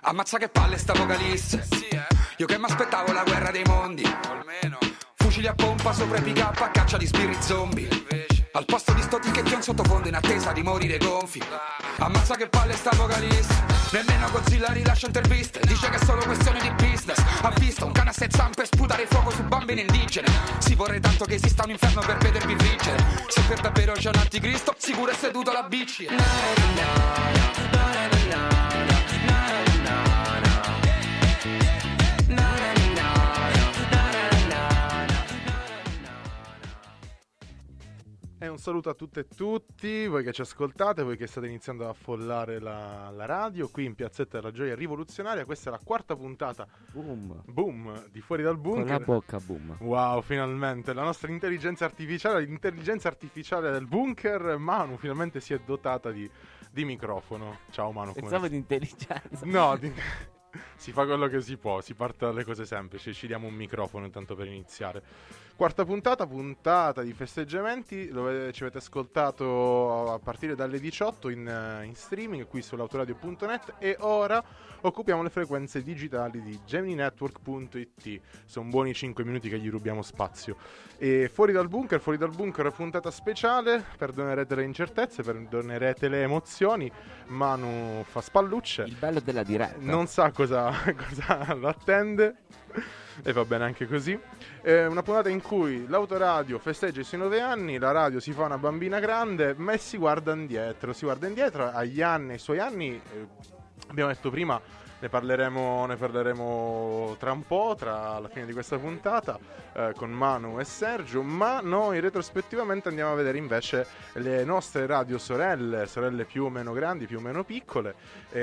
Ammazza che palle sta vocalista. Sì, io che m'aspettavo la guerra dei mondi. Almeno. Fucili a pompa sopra i pick-up a caccia di spiriti zombie. Invece. Al posto di sto ticchetti un sottofondo in attesa di morire gonfi. Ammazza che palle sta vocalista. Nemmeno Godzilla rilascia interviste. Dice che è solo questione di business. Ha visto un cane a sei zampe sputare fuoco su bambini indigene. Si vorrei tanto che esista un inferno per vedervi friggere. Se per davvero c'è un anticristo, sicuro è seduto alla bici. E un saluto a tutte e tutti, voi che ci ascoltate, voi che state iniziando ad affollare la radio qui in Piazzetta della Gioia Rivoluzionaria. Questa è la quarta puntata boom di Fuori dal Bunker. Con la bocca boom. Wow, finalmente la nostra intelligenza artificiale, l'intelligenza artificiale del bunker, Manu, finalmente si è dotata di microfono. Ciao Manu, come Pensavo di intelligenza. No, si fa quello che si può, si parte dalle cose semplici, ci diamo un microfono intanto per iniziare. Quarta puntata di festeggiamenti, dove ci avete ascoltato a partire dalle 18 in streaming qui sull'autoradio.net, e ora occupiamo le frequenze digitali di GeminiNetwork.it. Sono buoni 5 minuti che gli rubiamo spazio. E Fuori dal bunker, puntata speciale, perdonerete le incertezze, perdonerete le emozioni. Manu fa spallucce. Il bello della diretta. Non sa cosa lo attende. E va bene anche così. Una puntata in cui l'autoradio festeggia i suoi 9 anni, la radio si fa una bambina grande, ma si guarda indietro agli anni, ai suoi anni. Abbiamo detto prima, ne parleremo tra un po', tra la fine di questa puntata, con Manu e Sergio, ma noi retrospettivamente andiamo a vedere invece le nostre radio sorelle più o meno grandi, più o meno piccole,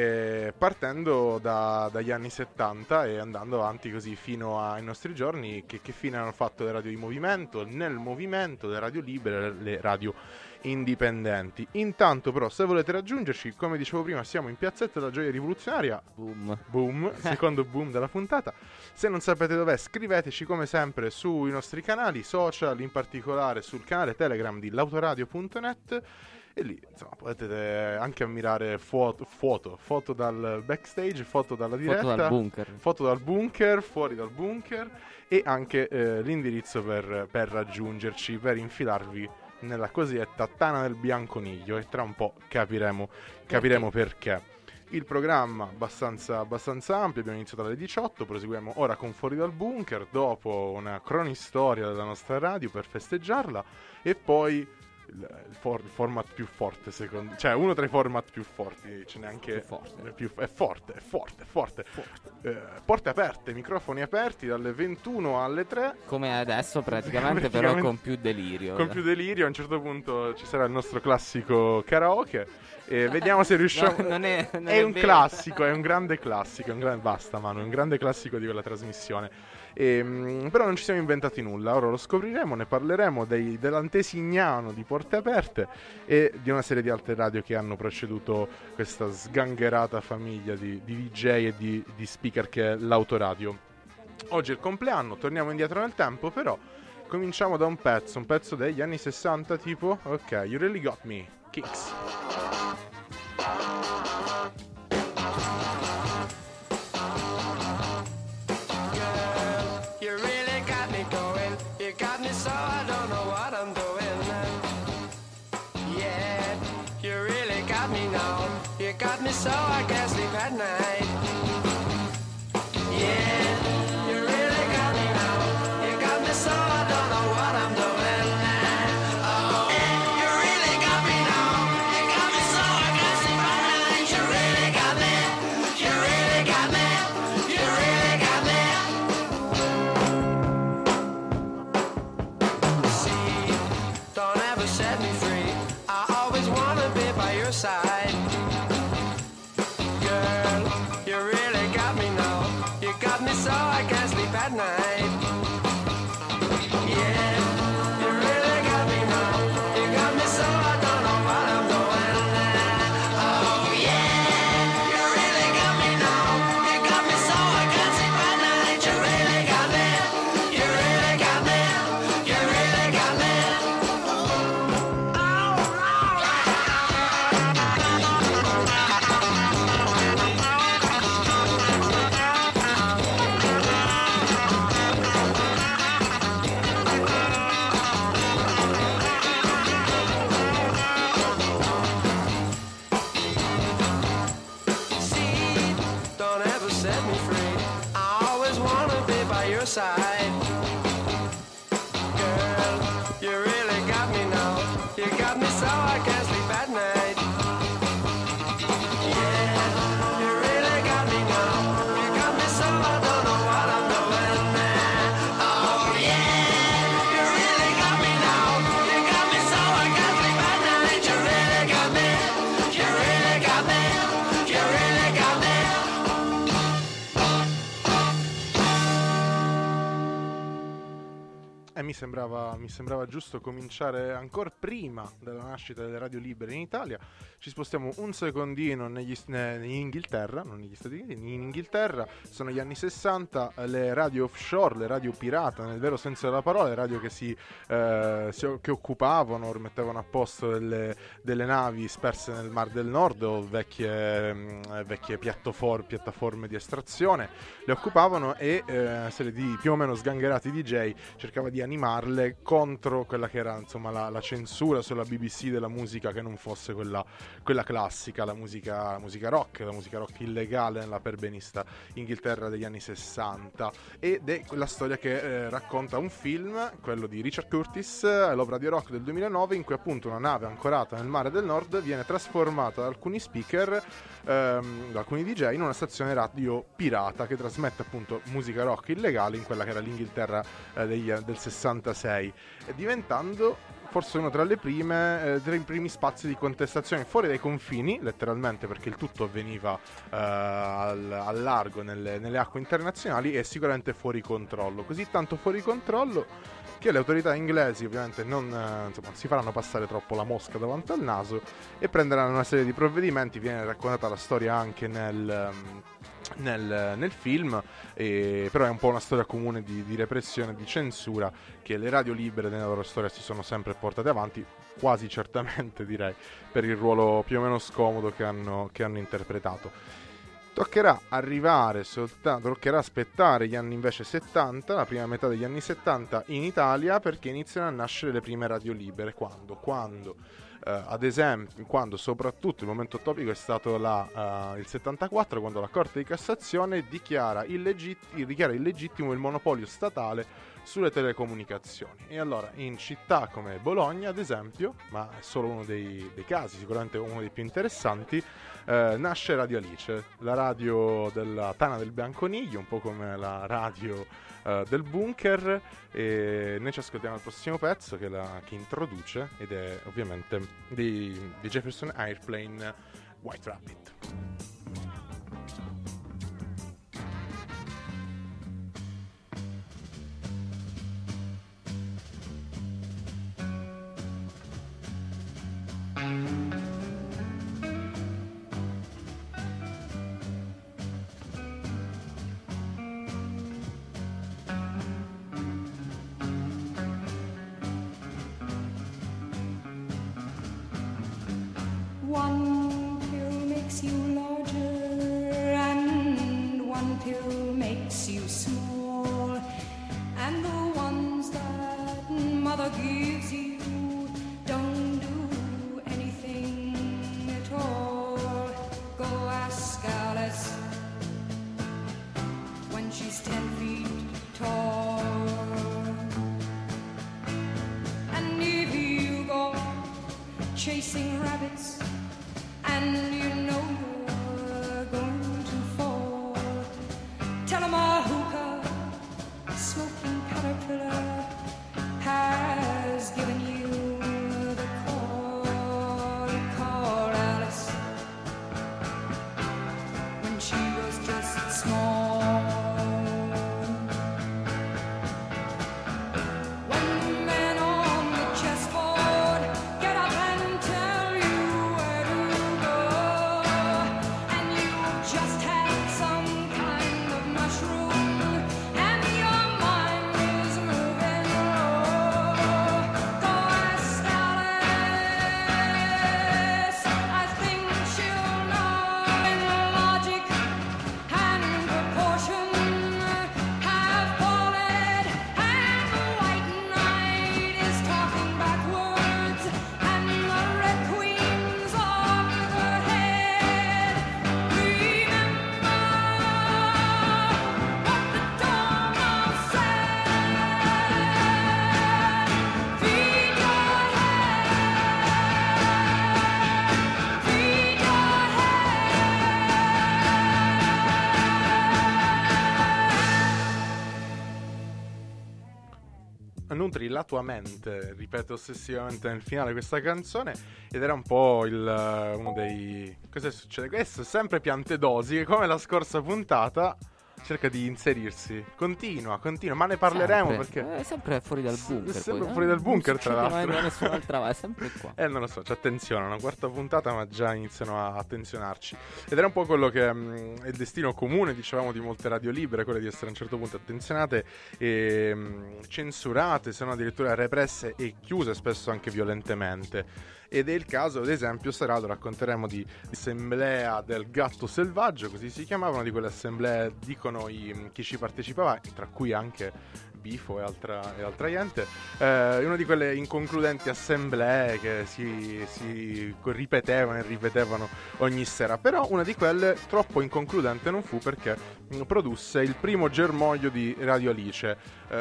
partendo dagli anni 70 e andando avanti così fino ai nostri giorni. Che fine hanno fatto le radio di movimento, nel movimento, le radio libere, le radio indipendenti. Intanto però, se volete raggiungerci, come dicevo prima, siamo in Piazzetta della Gioia Rivoluzionaria. Boom, secondo boom della puntata. Se non sapete dov'è, scriveteci come sempre sui nostri canali social, in particolare sul canale Telegram di l'autoradio.net, e lì insomma potete anche ammirare foto dal backstage, foto dalla diretta, foto dal bunker, fuori dal bunker, e anche l'indirizzo per raggiungerci, per infilarvi nella cosiddetta tana del bianconiglio, e tra un po' capiremo perché. Il programma abbastanza ampio, abbiamo iniziato alle 18, proseguiamo ora con Fuori dal Bunker, dopo una cronistoria della nostra radio per festeggiarla, e poi il format più forte, cioè uno tra i format più forti, ce n'è anche è forte. Porte aperte, microfoni aperti dalle 21 alle 3. Come adesso praticamente, però con più delirio. Con più delirio, a un certo punto ci sarà il nostro classico karaoke. Vediamo se riusciamo. Non è un classico, è un grande classico, basta Manu, è un grande classico di quella trasmissione. Però non ci siamo inventati nulla, ora lo scopriremo, ne parleremo dell'antesignano di Porte Aperte e di una serie di altre radio che hanno preceduto questa sgangherata famiglia di DJ e di speaker che è l'autoradio. Oggi è il compleanno, torniamo indietro nel tempo, però cominciamo da un pezzo degli anni 60 tipo, ok, You Really Got Me, Kicks. So I don't know what I'm doing. Yeah, you really got me now. You got me so I can't sleep at night. Yeah, you really got me now. You got me so I don't know what I'm doing. Oh, you really got me now. You got me so I can't sleep at night. You really got me. You really got me. You really got me. Don't ever set me free. I always wanna be by your side. Girl, side. Girl, you really got me now. You got me so I can't sleep at night. Yeah, you really got me now. You got me so I don't know what I'm doing. Oh yeah, you really got me now. You got me so I can't sleep at night. You really got me. You really got me. You really got me. Mi sembrava giusto cominciare ancora prima della nascita delle radio libere in Italia. Ci spostiamo un secondino in Inghilterra, non negli Stati Uniti, in Inghilterra. Sono gli anni 60, le radio offshore, le radio pirata nel vero senso della parola, le radio che occupavano, rimettevano a posto delle navi sperse nel Mar del Nord o vecchie piattaforme di estrazione, le occupavano e una serie di più o meno sgangherati DJ cercava di animarle contro quella che era insomma la censura sulla BBC della musica che non fosse quella classica, la musica rock illegale nella perbenista Inghilterra degli anni 60. Ed è la storia che racconta un film, quello di Richard Curtis, l'opera di rock del 2009, in cui appunto una nave ancorata nel mare del Nord viene trasformata da alcuni speaker, da alcuni DJ, in una stazione radio pirata che trasmette appunto musica rock illegale in quella che era l'Inghilterra del 66, diventando forse uno tra i primi spazi di contestazione fuori dai confini, letteralmente, perché il tutto avveniva al largo nelle acque internazionali, e sicuramente fuori controllo, così tanto fuori controllo che le autorità inglesi ovviamente non si faranno passare troppo la mosca davanti al naso e prenderanno una serie di provvedimenti. Viene raccontata la storia anche nel film, però è un po' una storia comune di repressione, di censura, che le radio libere nella loro storia si sono sempre portate avanti, quasi certamente direi, per il ruolo più o meno scomodo che hanno interpretato. Toccherà aspettare gli anni invece 70, la prima metà degli anni 70 in Italia, perché iniziano a nascere le prime radio libere. Quando soprattutto il momento topico è stato il 74, quando la Corte di Cassazione dichiara illegittimo il monopolio statale sulle telecomunicazioni. E allora in città come Bologna, ad esempio, ma è solo uno dei casi, sicuramente uno dei più interessanti, nasce Radio Alice, la radio della Tana del Bianconiglio, un po' come la radio del bunker, e noi ci ascoltiamo il prossimo pezzo che introduce, ed è ovviamente di Jefferson Airplane, White Rabbit. One pill makes you larger and one pill makes you small, and the ones that mother gives you don't do anything at all. Go ask Alice when she's 10 feet tall. And if you go chasing rabbits and you know you're going to fall, tell 'em a hookah smoking caterpillar has given you the call. You call Alice when she was just small. When the men on the chessboard get up and tell you where to go, appunto di La tua mente, ripeto ossessivamente nel finale questa canzone, ed era un po' uno dei... Cosa succede? Questo è sempre Piantedosi, che come la scorsa puntata cerca di inserirsi, continua, ma ne parleremo perché... È sempre fuori dal bunker. Sempre poi, fuori dal bunker, non tra succede mai l'altro. da nessun'altra parte, è sempre qua. Non lo so, ci attenziona, una quarta puntata ma già iniziano a attenzionarci. Ed era un po' quello che è il destino comune, dicevamo, di molte radio libere, quello di essere a un certo punto attenzionate e censurate, se non addirittura represse e chiuse spesso anche violentemente. Ed è il caso, ad esempio, sarà, lo racconteremo, di assemblea del gatto selvaggio, così si chiamavano, di quelle assemblee, dicono chi ci partecipava, tra cui anche Bifo e altra gente, una di quelle inconcludenti assemblee che si ripetevano e ripetevano ogni sera. Però una di quelle troppo inconcludente non fu, perché produsse il primo germoglio di Radio Alice,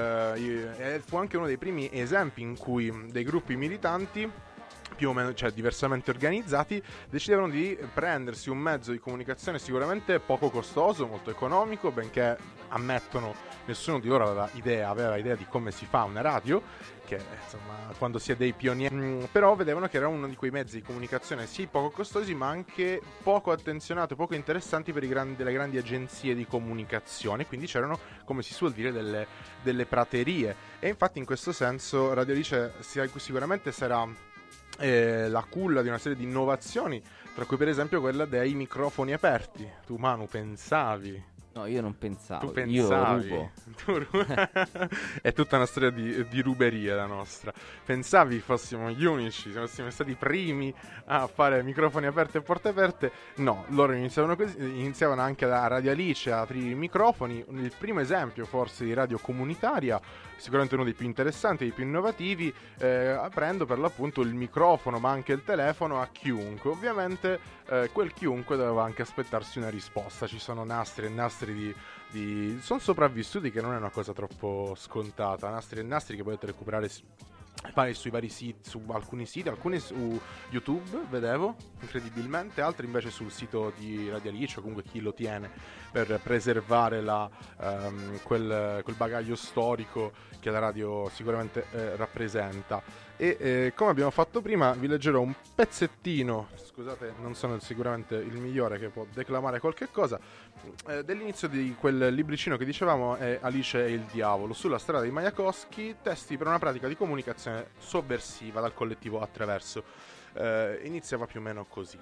e fu anche uno dei primi esempi in cui dei gruppi militanti più o meno, cioè diversamente organizzati, decidevano di prendersi un mezzo di comunicazione sicuramente poco costoso, molto economico, benché ammettono nessuno di loro aveva idea di come si fa una radio, che insomma quando si è dei pionieri, però vedevano che era uno di quei mezzi di comunicazione sì poco costosi, ma anche poco attenzionato, poco interessanti per delle grandi agenzie di comunicazione, quindi c'erano, come si suol dire, delle praterie. E infatti in questo senso Radio Alice sicuramente sarà la culla di una serie di innovazioni, tra cui per esempio quella dei microfoni aperti. Tu, Manu, pensavi? No, io non pensavo. Tu pensavi? Io rubo. È tutta una storia di ruberia la nostra. Pensavi fossimo gli unici, fossimo stati i primi a fare microfoni aperti e porte aperte? No, loro iniziavano anche da Radio Alice a aprire i microfoni. Il primo esempio forse di radio comunitaria, sicuramente uno dei più interessanti, dei più innovativi, aprendo per l'appunto il microfono ma anche il telefono a chiunque. Ovviamente quel chiunque doveva anche aspettarsi una risposta. Ci sono nastri e nastri sono sopravvissuti, che non è una cosa troppo scontata, nastri e nastri che potete recuperare sui vari siti, su alcuni siti, alcuni su YouTube vedevo incredibilmente, altri invece sul sito di Radio Alice, o comunque chi lo tiene, per preservare quel bagaglio storico che la radio sicuramente rappresenta. E come abbiamo fatto prima, vi leggerò un pezzettino, scusate, non sono sicuramente il migliore che può declamare qualche cosa, dell'inizio di quel libricino che dicevamo è Alice e il diavolo, sulla strada di Majakowski, testi per una pratica di comunicazione sovversiva dal collettivo Attraverso. Iniziava più o meno così.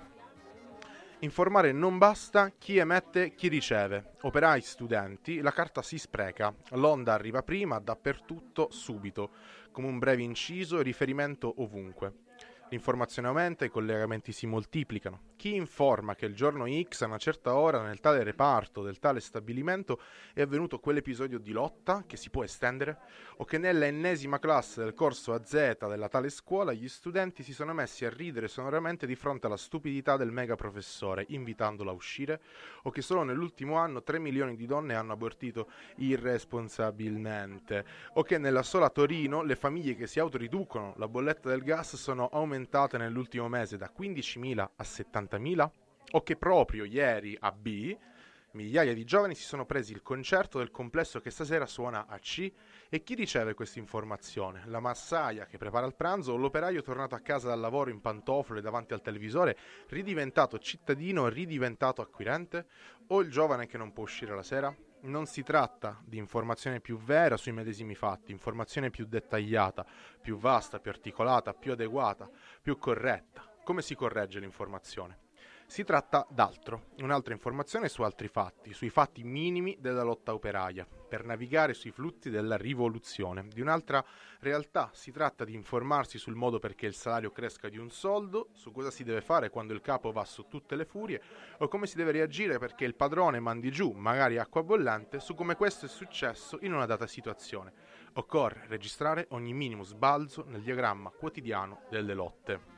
Informare non basta, chi emette, chi riceve. Operai, studenti, la carta si spreca, l'onda arriva prima, dappertutto, subito, come un breve inciso, riferimento ovunque. L'informazione aumenta, i collegamenti si moltiplicano. Chi informa che il giorno X a una certa ora nel tale reparto del tale stabilimento è avvenuto quell'episodio di lotta che si può estendere, o che nella ennesima classe del corso AZ della tale scuola gli studenti si sono messi a ridere sonoramente di fronte alla stupidità del mega professore invitandolo a uscire, o che solo nell'ultimo anno 3 milioni di donne hanno abortito irresponsabilmente, o che nella sola Torino le famiglie che si autoriducono la bolletta del gas sono aumentate nell'ultimo mese da 15.000 a 70.000, o che proprio ieri a B migliaia di giovani si sono presi il concerto del complesso che stasera suona a C. E chi riceve questa informazione? La massaia che prepara il pranzo, o l'operaio tornato a casa dal lavoro in pantofole davanti al televisore, ridiventato cittadino, ridiventato acquirente, o il giovane che non può uscire la sera? Non si tratta di informazione più vera sui medesimi fatti, informazione più dettagliata, più vasta, più articolata, più adeguata, più corretta. Come si corregge l'informazione? Si tratta d'altro, un'altra informazione su altri fatti, sui fatti minimi della lotta operaia, per navigare sui flussi della rivoluzione. Di un'altra realtà si tratta di informarsi sul modo perché il salario cresca di un soldo, su cosa si deve fare quando il capo va su tutte le furie, o come si deve reagire perché il padrone mandi giù, magari acqua bollente, su come questo è successo in una data situazione. Occorre registrare ogni minimo sbalzo nel diagramma quotidiano delle lotte.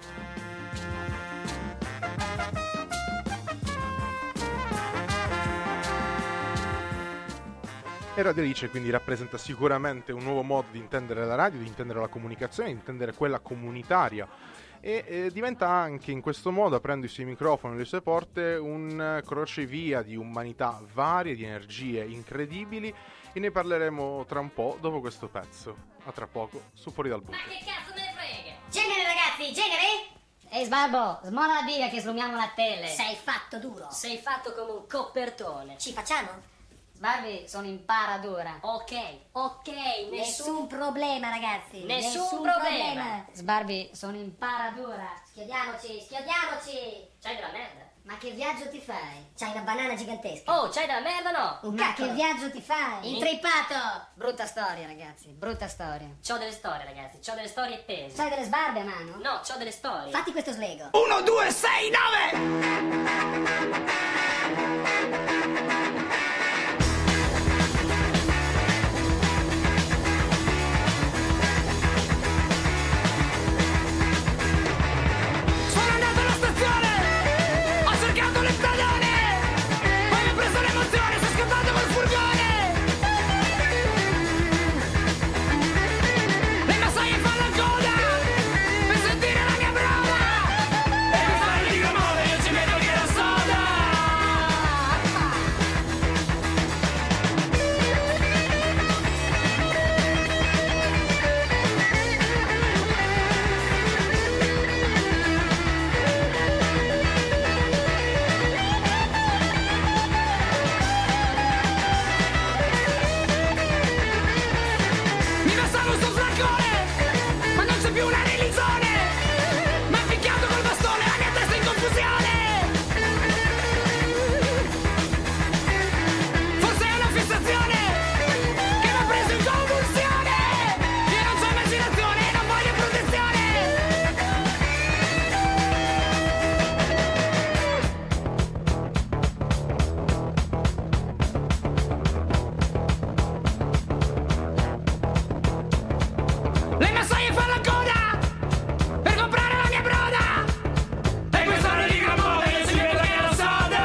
E Radio Alice quindi rappresenta sicuramente un nuovo modo di intendere la radio, di intendere la comunicazione, di intendere quella comunitaria. e diventa anche in questo modo, aprendo i suoi microfoni e le sue porte, un crocevia di umanità varie, di energie incredibili, e ne parleremo tra un po' dopo questo pezzo. A tra poco su Fuori dal Bunker. Ma che cazzo me ne frega? Genere ragazzi, genere? Ehi Sbarbo, smola la biga che slumiamo la tele. Sei fatto duro. Sei fatto come un copertone. Ci facciamo? Sbarbi, sono in paradura. Ok, Nessun problema ragazzi. Nessun problema. Sbarbi, sono in paradura. Schiodiamoci. C'hai della merda. Ma che viaggio ti fai? C'hai una banana gigantesca. Oh, c'hai della merda o no? Ma che viaggio ti fai? Intrippato. Brutta storia ragazzi, brutta storia. C'ho delle storie, ragazzi. C'ho delle storie tese. C'hai delle sbarbe a mano? No, c'ho delle storie. Fatti questo slego. 1, 2, 6, 9! Sono andato alla stazione, ho cercato le stradone, poi mi ho preso l'emozione, sono scappato col furgone. Le massaie fanno la coda per sentire la mia broda, e mi fanno di amore, io ci metto che la soda. Mi passavo sto flaccone, ma non c'è più una religione. Mi ha picchiato col bastone, la mia testa in confusione. Forse è una fissazione che mi ha preso in convulsione. Io non c'ho immaginazione e non voglio protezione. Le massaie fanno la coda per comprare la mia broda, e questo non è di amore, io ci vedo che la soda.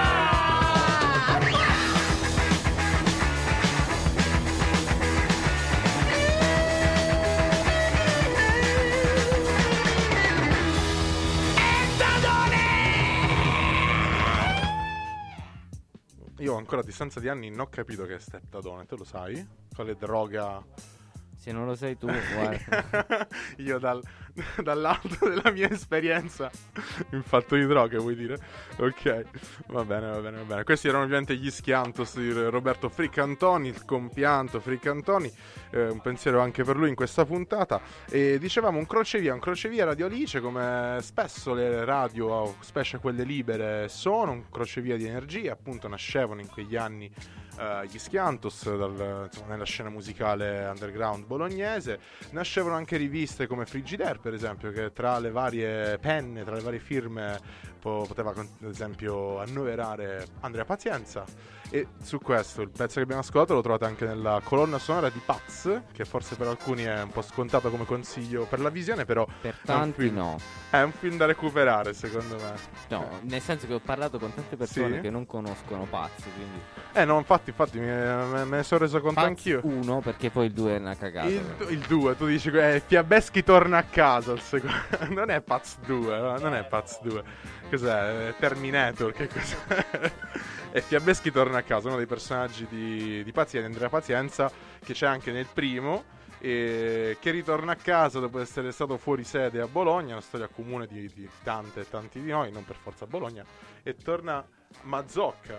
Io ancora a distanza di anni non ho capito che è stettadone, te lo sai? Quale droga? Se non lo sai tu, guarda. Io dall'alto della mia esperienza in fatto di droghe, vuoi dire? Ok, va bene. Questi erano ovviamente gli Schiantos di Roberto Fricantoni, il compianto Fricantoni, un pensiero anche per lui in questa puntata. E dicevamo un crocevia Radio Alice, come spesso le radio, specie quelle libere, sono un crocevia di energia. Appunto nascevano in quegli anni gli Schiantos nella scena musicale underground bolognese. Nascevano anche riviste come Frigidaire, per esempio, che tra le varie penne, tra le varie firme poteva ad esempio annoverare Andrea Pazienza. E su questo il pezzo che abbiamo ascoltato lo trovate anche nella colonna sonora di Paz, che forse per alcuni è un po' scontato come consiglio per la visione, però Per tanti no. è un film da recuperare, secondo me. No, nel senso che ho parlato con tante persone Sì? che non conoscono Pazzi, quindi No, infatti me ne sono reso conto Pazzi anch'io. 1, perché poi il 2 è una cagata. Il 2, tu dici Fiabeschi torna a casa il secondo. Non è Paz 2, no? Non è Paz 2. Cos'è? Terminator, che cos'è? E Fiabeschi torna a casa, uno dei personaggi di Pazzi è Andrea Pazienza, che c'è anche nel primo, e che ritorna a casa dopo essere stato fuori sede a Bologna, una storia comune di tante e tanti di noi, non per forza a Bologna, e torna Mazzocca,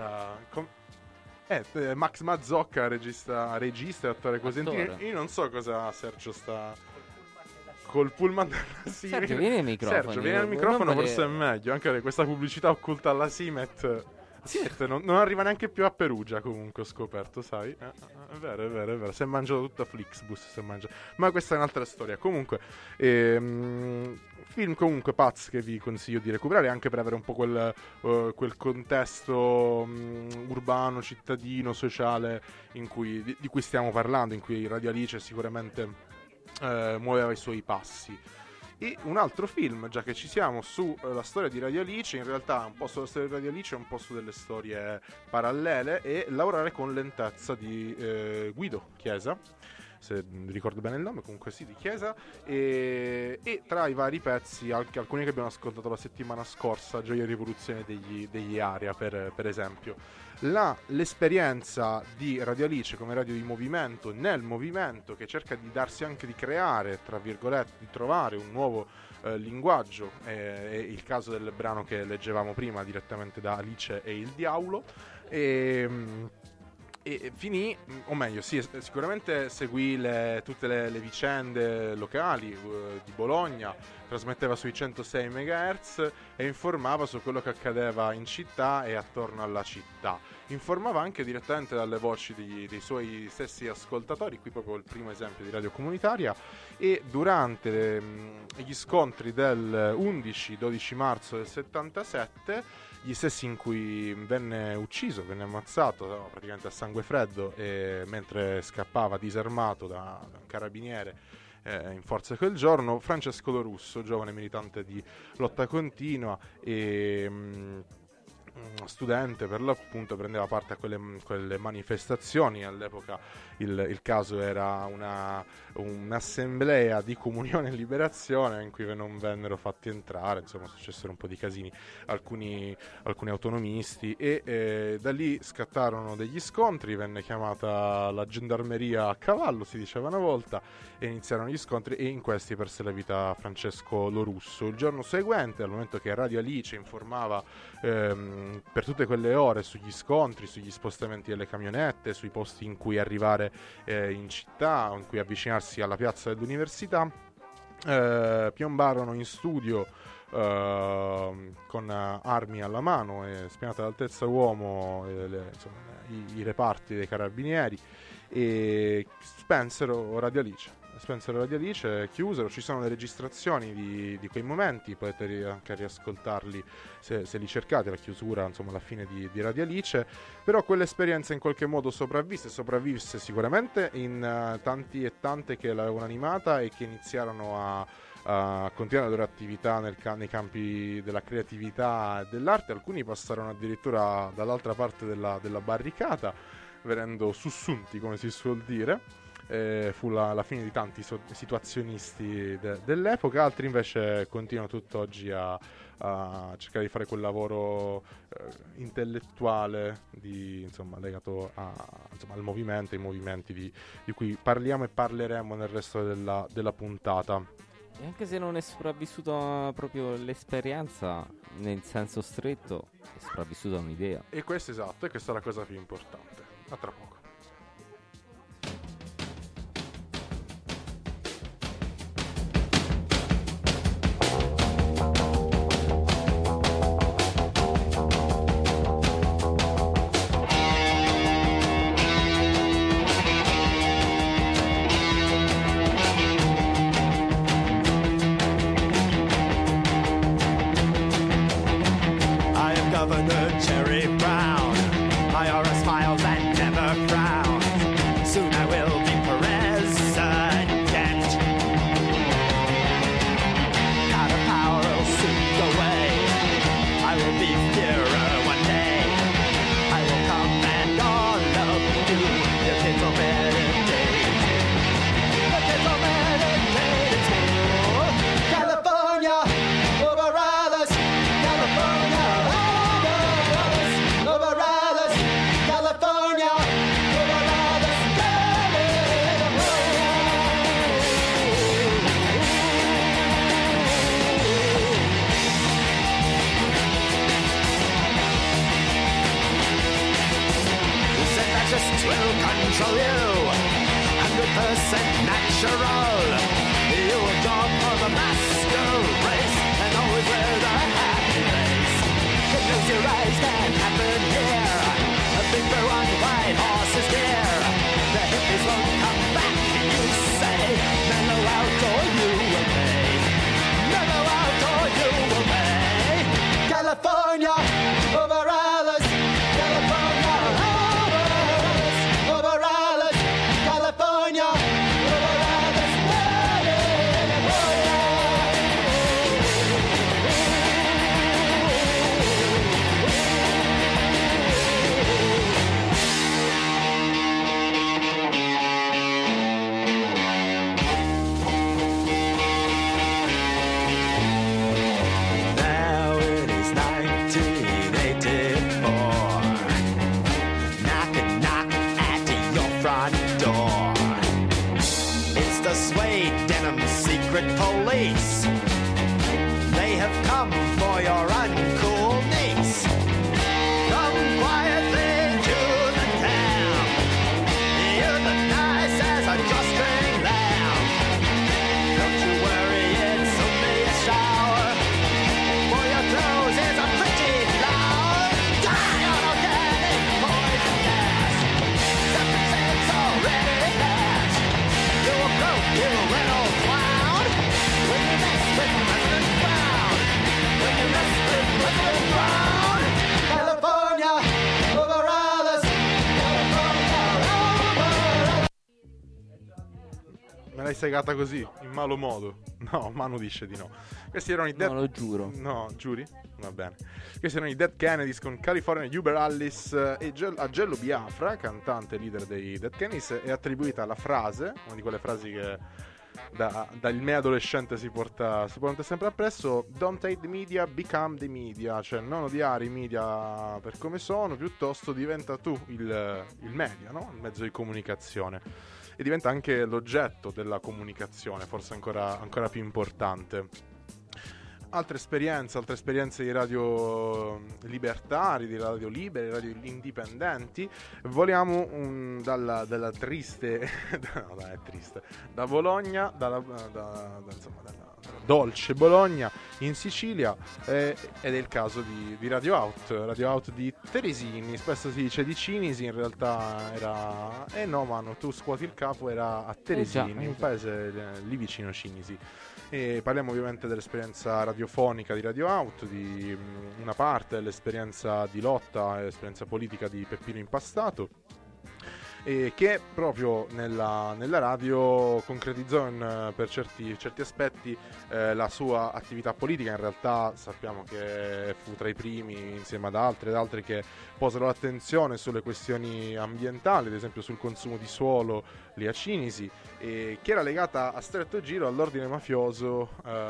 Max Mazzocca, regista e attore cosentino. Attore. Io non so cosa Sergio sta col pullman della Simet. Sergio, vieni al microfono. Sergio, vieni al microfono, Non forse è meglio. Anche questa pubblicità occulta alla Simet. Simet non arriva neanche più a Perugia, comunque, ho scoperto, sai? È vero. Si è mangiato tutta Flixbus, ma questa è un'altra storia. Comunque, film comunque Paz che vi consiglio di recuperare, anche per avere un po' quel contesto urbano, cittadino, sociale di cui stiamo parlando, in cui Radio Alice sicuramente muoveva i suoi passi. E un altro film, già che ci siamo, sulla storia di Radio Alice, in realtà un po' sulla storia di Radio Alice, un po' su delle storie parallele, e Lavorare con lentezza di Guido Chiesa, se ricordo bene il nome, comunque sì, di Chiesa, e tra i vari pezzi anche alcuni che abbiamo ascoltato la settimana scorsa, Gioia e Rivoluzione degli Aria per esempio. L'esperienza di Radio Alice come radio di movimento nel movimento, che cerca di darsi anche di creare, tra virgolette, di trovare un nuovo linguaggio, è il caso del brano che leggevamo prima direttamente da Alice e il Diavolo, e finì, o meglio, sì, sicuramente seguì tutte le vicende locali di Bologna, trasmetteva sui 106 MHz e informava su quello che accadeva in città e attorno alla città. Informava anche direttamente dalle voci dei suoi stessi ascoltatori, qui proprio il primo esempio di radio comunitaria, e durante gli scontri del 11-12 marzo del 77, gli stessi in cui venne ucciso, venne ammazzato praticamente a sangue freddo mentre scappava disarmato da un carabiniere in forza quel giorno, Francesco Lorusso, giovane militante di lotta continua e studente per l'appunto, prendeva parte a quelle manifestazioni. All'epoca il caso era un'assemblea di Comunione e Liberazione in cui non vennero fatti entrare, insomma successero un po' di casini alcuni autonomisti, e da lì scattarono degli scontri, venne chiamata la gendarmeria a cavallo, si diceva una volta, e iniziarono gli scontri, e in questi perse la vita Francesco Lorusso. Il giorno seguente, al momento che Radio Alice informava per tutte quelle ore sugli scontri, sugli spostamenti delle camionette, sui posti in cui arrivare in città o in cui avvicinarsi alla piazza dell'università, piombarono in studio con armi alla mano e spianate all'altezza uomo i reparti dei carabinieri, e spensero Radio Alice, chiusero. Ci sono le registrazioni di quei momenti, potete anche riascoltarli se li cercate, la chiusura, insomma la fine di Radio Alice. Però quell'esperienza in qualche modo sopravvisse sicuramente in tanti e tante che l'avevano animata e che iniziarono a continuare la loro attività nei campi della creatività e dell'arte. Alcuni passarono addirittura dall'altra parte della barricata, venendo sussunti, come si suol dire. Fu la fine di tanti situazionisti dell'epoca. Altri invece continuano tutt'oggi a cercare di fare quel lavoro intellettuale legato al movimento, ai movimenti di cui parliamo e parleremo nel resto della puntata. E anche se non è sopravvissuta proprio l'esperienza nel senso stretto, è sopravvissuta un'idea. E questo esatto, e questa è la cosa più importante. A tra poco. Governor Jerry Brown, IRS files and never frown. Soon I will be president. Out of power will soon go away. I will be Führer one day. I will command all of you. The kids will meditate. The kids will meditate too. California, over Alice. California. Will control you, 100% natural. You will draw for the master race and always wear the happy face. It knows your eyes can't happen here. A big blue on white horse is here. The hippies won't come back, you say. Mellow out or you will pay. Mellow out or you will pay. California, over Alice. California, over Alice, California, over Alice, Me l'hai segata così, in malo modo. No, Manu dice di no. Questi erano i Dead... No, lo giuro. No, giuri? Va bene. Questi erano i Dead Kennedys con California Uber Alice e a Gello Biafra, cantante leader dei Dead Kennedys, è attribuita la frase, una di quelle frasi che dal me adolescente si porta sempre appresso: don't hate the media, become the media. Cioè non odiare i media per come sono, piuttosto diventa tu il media, no? Il mezzo di comunicazione, e diventa anche l'oggetto della comunicazione, forse ancora più importante. Altre esperienze di radio libertari, di radio libere, radio indipendenti. Voliamo dalla triste, no, è triste, da Bologna, dalla dolce Bologna in Sicilia, ed è il caso di Radio Out di Teresini. Spesso si dice di Cinisi, in realtà era no Manu, tu scuoti il capo, era a Teresini, un paese lì vicino Cinisi. E parliamo ovviamente dell'esperienza radiofonica di Radio Out, di una parte dell'esperienza di lotta e l'esperienza politica di Peppino Impastato, che proprio nella radio concretizzò per certi aspetti la sua attività politica. In realtà sappiamo che fu tra i primi, insieme ad altri che posero l'attenzione sulle questioni ambientali, ad esempio sul consumo di suolo lì a Cinisi, che era legata a stretto giro all'ordine mafioso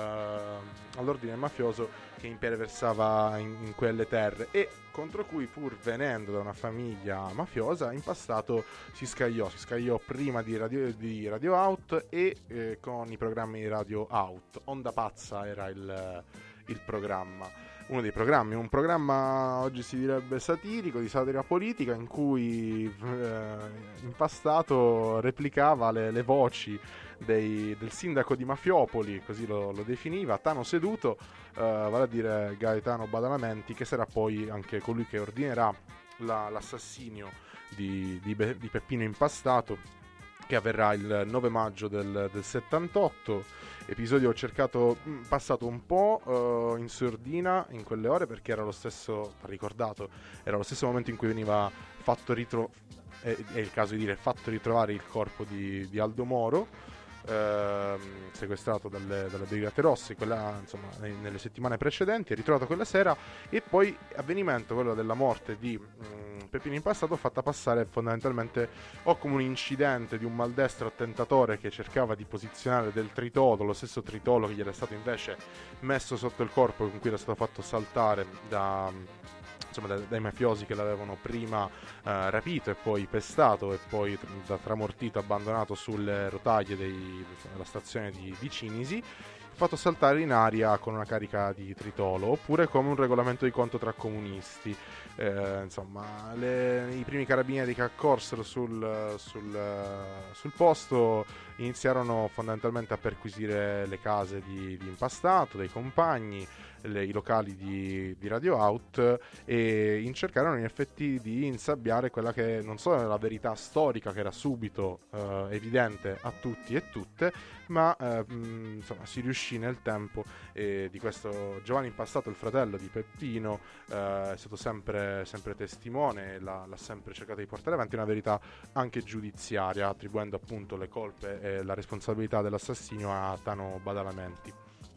che imperversava in quelle terre, e contro cui, pur venendo da una famiglia mafiosa, Impastato si scagliò prima di Radio Out e con i programmi di Radio Out. Onda Pazza era il programma, uno dei programmi, un programma oggi si direbbe satirico, di satira politica, in cui Impastato replicava le voci del sindaco di Mafiopoli, così lo definiva, Tano Seduto, vale a dire Gaetano Badalamenti, che sarà poi anche colui che ordinerà l'assassinio di Peppino Impastato, che avverrà il 9 maggio del 78. Episodio passato un po' in sordina in quelle ore, perché era lo stesso momento in cui veniva fatto è il caso di dire fatto ritrovare il corpo di Aldo Moro, sequestrato dalle Brigate Rosse, nelle settimane precedenti, è ritrovato quella sera. E poi avvenimento, quello della morte di Peppino Impastato, fatta passare fondamentalmente o come un incidente di un maldestro attentatore che cercava di posizionare del tritolo, lo stesso tritolo che gli era stato invece messo sotto il corpo, con cui era stato fatto saltare dai mafiosi che l'avevano prima rapito e poi pestato, e poi tramortito, abbandonato sulle rotaie della stazione di Cinisi, fatto saltare in aria con una carica di tritolo, oppure come un regolamento di conto tra comunisti. I primi carabinieri che accorsero sul posto iniziarono fondamentalmente a perquisire le case di Impastato, dei compagni, i locali di Radio Out, e cercarono in effetti di insabbiare quella che non solo era la verità storica, che era subito evidente a tutti e tutte, ma si riuscì nel tempo, di questo Giovanni Impastato, il fratello di Peppino, è stato sempre testimone, l'ha sempre cercato di portare avanti una verità anche giudiziaria, attribuendo appunto le colpe e la responsabilità dell'assassinio a Tano Badalamenti.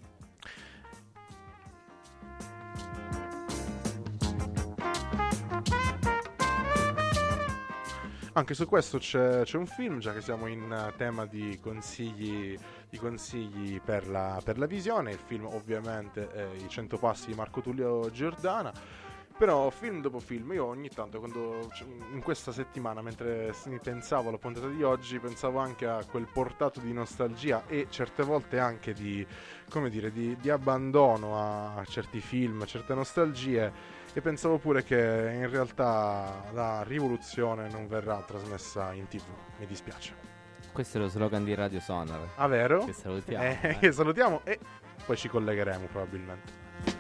Anche su questo c'è un film, già che siamo in tema di consigli per la visione. Il film ovviamente è I 100 passi di Marco Tullio Giordana. Però film dopo film, io ogni tanto, in questa settimana, mentre pensavo alla puntata di oggi, pensavo anche a quel portato di nostalgia e certe volte anche di abbandono a certi film, a certe nostalgie, e pensavo pure che in realtà la rivoluzione non verrà trasmessa in TV. Mi dispiace. Questo è lo slogan di Radio Sonar. Ah, vero? Che salutiamo. Che salutiamo, e poi ci collegheremo probabilmente.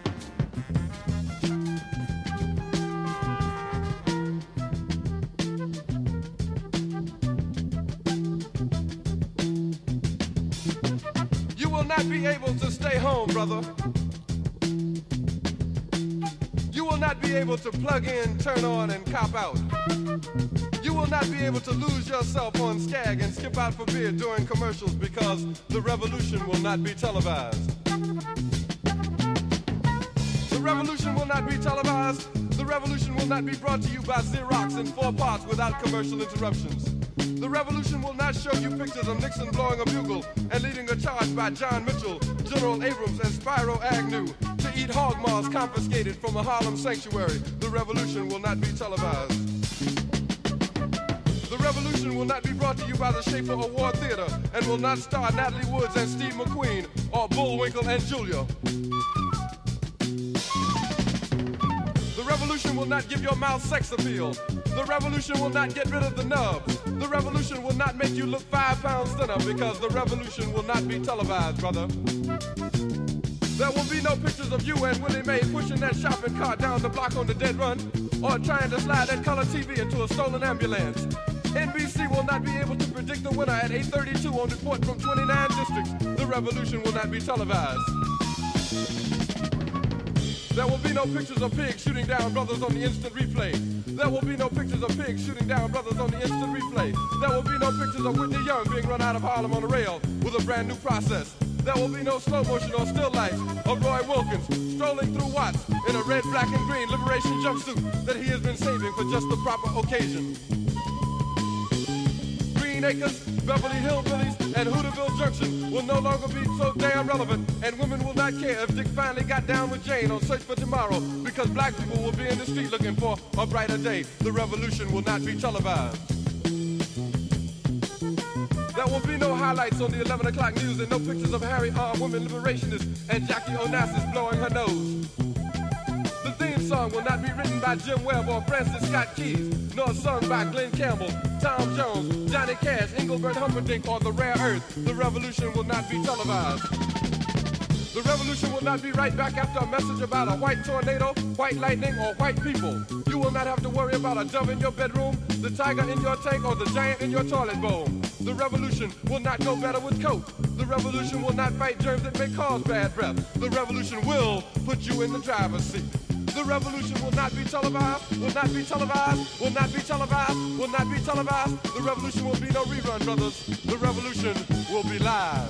You will not be able to stay home, brother. You will not be able to plug in, turn on, and cop out. You will not be able to lose yourself on Skag and skip out for beer during commercials because the revolution will not be televised. The revolution will not be televised. The revolution will not be brought to you by Xerox in 4 parts without commercial interruptions. The revolution will not show you pictures of Nixon blowing a bugle and leading a charge by John Mitchell, General Abrams, and Spyro Agnew to eat hog maws confiscated from a Harlem sanctuary. The revolution will not be televised. The revolution will not be brought to you by the Schaefer Award Theater and will not star Natalie Woods and Steve McQueen or Bullwinkle and Julia. The revolution will not give your mouth sex appeal. The revolution will not get rid of the nubs. The revolution will not make you look 5 pounds thinner because the revolution will not be televised, brother. There will be no pictures of you and Willie Mae pushing that shopping cart down the block on the dead run or trying to slide that color TV into a stolen ambulance. NBC will not be able to predict the winner at 8:32 on report from 29 districts. The revolution will not be televised. There will be no pictures of pigs shooting down brothers on the instant replay. There will be no pictures of pigs shooting down brothers on the instant replay. There will be no pictures of Whitney Young being run out of Harlem on a rail with a brand new process. There will be no slow motion or still life of Roy Wilkins strolling through Watts in a red, black, and green liberation jumpsuit that he has been saving for just the proper occasion. Green Acres, Beverly Hillbillies, and Hooterville Junction will no longer be so damn relevant, and women will not care if Dick finally got down with Jane on Search for Tomorrow, because black people will be in the street looking for a brighter day. The revolution will not be televised. There will be no highlights on the 11 o'clock news and no pictures of Harry armed women liberationists and Jackie Onassis blowing her nose. The theme song will not be written by Jim Webb or Francis Scott Keys, nor sung by Glenn Campbell, Tom Jones, Johnny Cash, Engelbert Humperdinck, or The Rare Earth. The revolution will not be televised. The revolution will not be right back after a message about a white tornado, white lightning, or white people. You will not have to worry about a dove in your bedroom, the tiger in your tank, or the giant in your toilet bowl. The revolution will not go better with Coke. The revolution will not fight germs that may cause bad breath. The revolution will put you in the driver's seat. The revolution will not be televised, will not be televised, will not be televised, will not be televised. The revolution will be no rerun, brothers. The revolution will be live.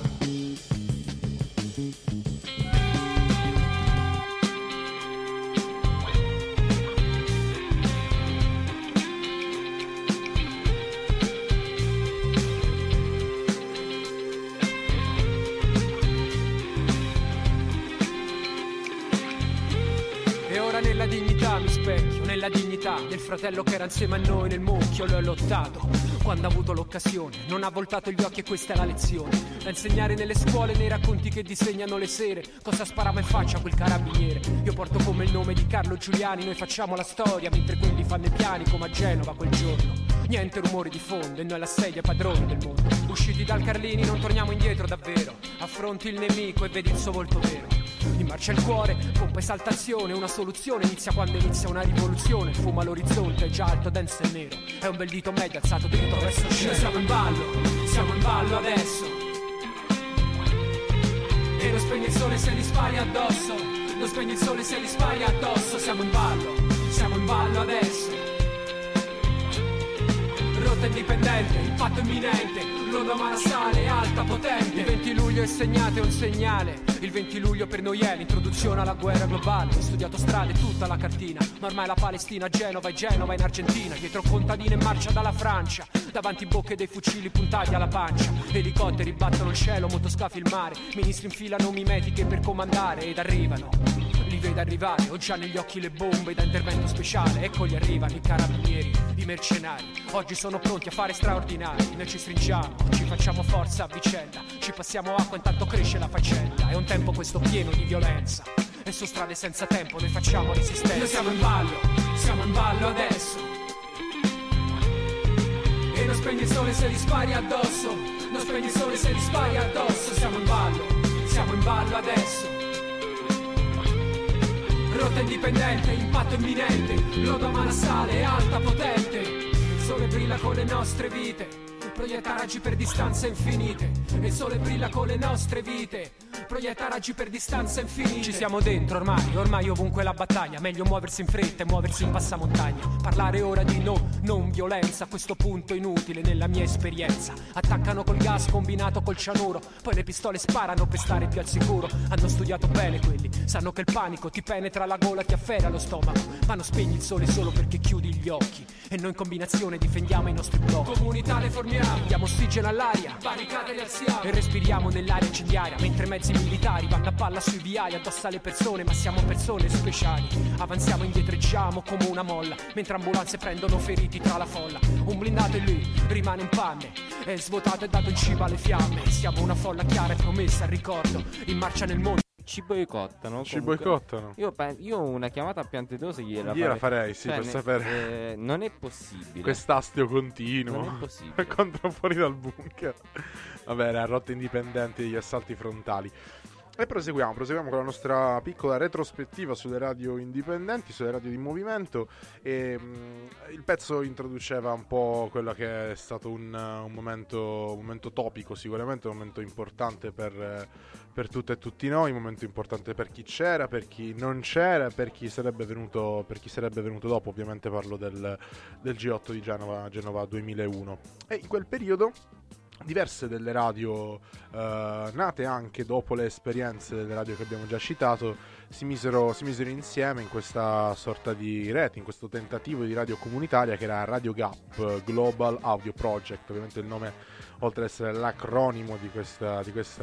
Nella dignità mi specchio, nella dignità del fratello che era insieme a noi nel mucchio. Lo ho lottato quando ha avuto l'occasione, non ha voltato gli occhi e questa è la lezione da insegnare nelle scuole, nei racconti che disegnano le sere. Cosa sparava in faccia quel carabiniere? Io porto come il nome di Carlo Giuliani, noi facciamo la storia mentre quelli fanno i piani come a Genova quel giorno. Niente rumori di fondo e noi alla sedia padroni del mondo. Usciti dal Carlini non torniamo indietro davvero. Affronti il nemico e vedi il suo volto vero. In marcia il cuore, pompa esaltazione. Una soluzione inizia quando inizia una rivoluzione. Fuma l'orizzonte, è già alto, denso e nero. È un bel dito medio alzato dritto verso il cielo. Noi siamo in ballo adesso. E non spegni il sole se li spari addosso. Non spegni il sole se li spari addosso. Siamo in ballo adesso. Rotta indipendente, impatto imminente, l'onda marasale alta, potente. Il 20 luglio è segnato, è un segnale. Il 20 luglio per noi è l'introduzione alla guerra globale. Ho studiato strade, tutta la cartina, ma ormai la Palestina, Genova e Genova in Argentina. Dietro contadine in marcia dalla Francia, davanti bocche dei fucili puntati alla pancia. Elicotteri battono il cielo, motoscafi il mare. Ministri infilano mimetiche per comandare ed arrivano. Li vedo arrivare, ho già negli occhi le bombe da intervento speciale. Eccoli arrivano i carabinieri, i mercenari. Oggi sono pronti a fare straordinari. Noi ci stringiamo, ci facciamo forza a vicenda. Ci passiamo acqua intanto cresce la faccenda. È un tempo questo pieno di violenza e su strade senza tempo noi facciamo resistenza. Noi siamo in ballo adesso. E non spegni il sole se li spari addosso. Non spegni il sole se li spari addosso. Siamo in ballo adesso. Rotta indipendente, impatto imminente, l'onda marasale alta, potente. Il sole brilla con le nostre vite, proietta raggi per distanze infinite. Il sole brilla con le nostre vite, proietta raggi per distanza infinite. Ci siamo dentro ormai ovunque la battaglia. Meglio muoversi in fretta e muoversi in passamontagna. Parlare ora di non violenza, a questo punto inutile nella mia esperienza. Attaccano col gas combinato col cianuro, poi le pistole sparano per stare più al sicuro. Hanno studiato bene quelli, sanno che il panico ti penetra la gola, ti afferra lo stomaco, ma non spegni il sole solo perché chiudi gli occhi. E noi in combinazione difendiamo i nostri blocchi. Comunità le formiamo, diamo ossigeno all'aria, barricate le alziamo e respiriamo nell'aria cigliaria. Mentre mezzi militari vanno a palla sui viali, addosso alle persone, ma siamo persone speciali. Avanziamo, indietreggiamo come una molla, mentre ambulanze prendono feriti tra la folla. Un blindato è lì, rimane in panne, è svuotato e dato in cibo alle fiamme. Siamo una folla chiara e promessa al ricordo, in marcia nel mondo. Ci boicottano. Ci comunque. boicottano. Io una chiamata a Piantedosi gliela farei, sì, per sapere. Non è possibile. Quest'astio continuo. Non è possibile. Contro fuori dal bunker. Vabbè, la rotta indipendente degli assalti frontali. E proseguiamo con la nostra piccola retrospettiva sulle radio indipendenti, sulle radio di movimento. E il pezzo introduceva un po' quello che è stato un momento topico, sicuramente un momento importante per tutte e tutti noi, un momento importante per chi c'era, per chi non c'era, per chi sarebbe venuto dopo. Ovviamente parlo del G8 di Genova 2001. E in quel periodo diverse delle radio nate anche dopo le esperienze delle radio che abbiamo già citato si misero insieme in questa sorta di rete, in questo tentativo di radio comunitaria che era Radio GAP, Global Audio Project. Ovviamente il nome, oltre ad essere l'acronimo di questo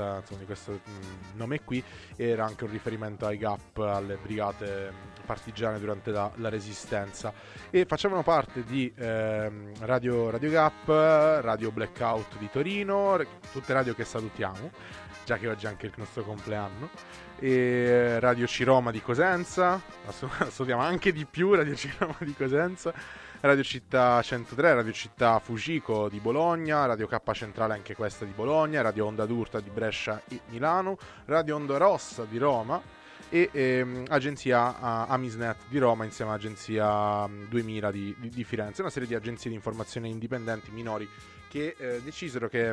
nome qui, era anche un riferimento ai GAP, alle brigate partigiane durante la Resistenza. E facevano parte di Radio GAP, Radio Blackout di Torino, tutte radio che salutiamo, già che oggi è anche il nostro compleanno, e Radio Ciroma di Cosenza, salutiamo anche di più Radio Ciroma di Cosenza, Radio Città 103, Radio Città Fujiko di Bologna, Radio K Centrale anche questa di Bologna, Radio Onda d'Urta di Brescia e Milano, Radio Onda Rossa di Roma e agenzia Amisnet di Roma insieme all'agenzia 2000 di Firenze, una serie di agenzie di informazione indipendenti minori che decisero che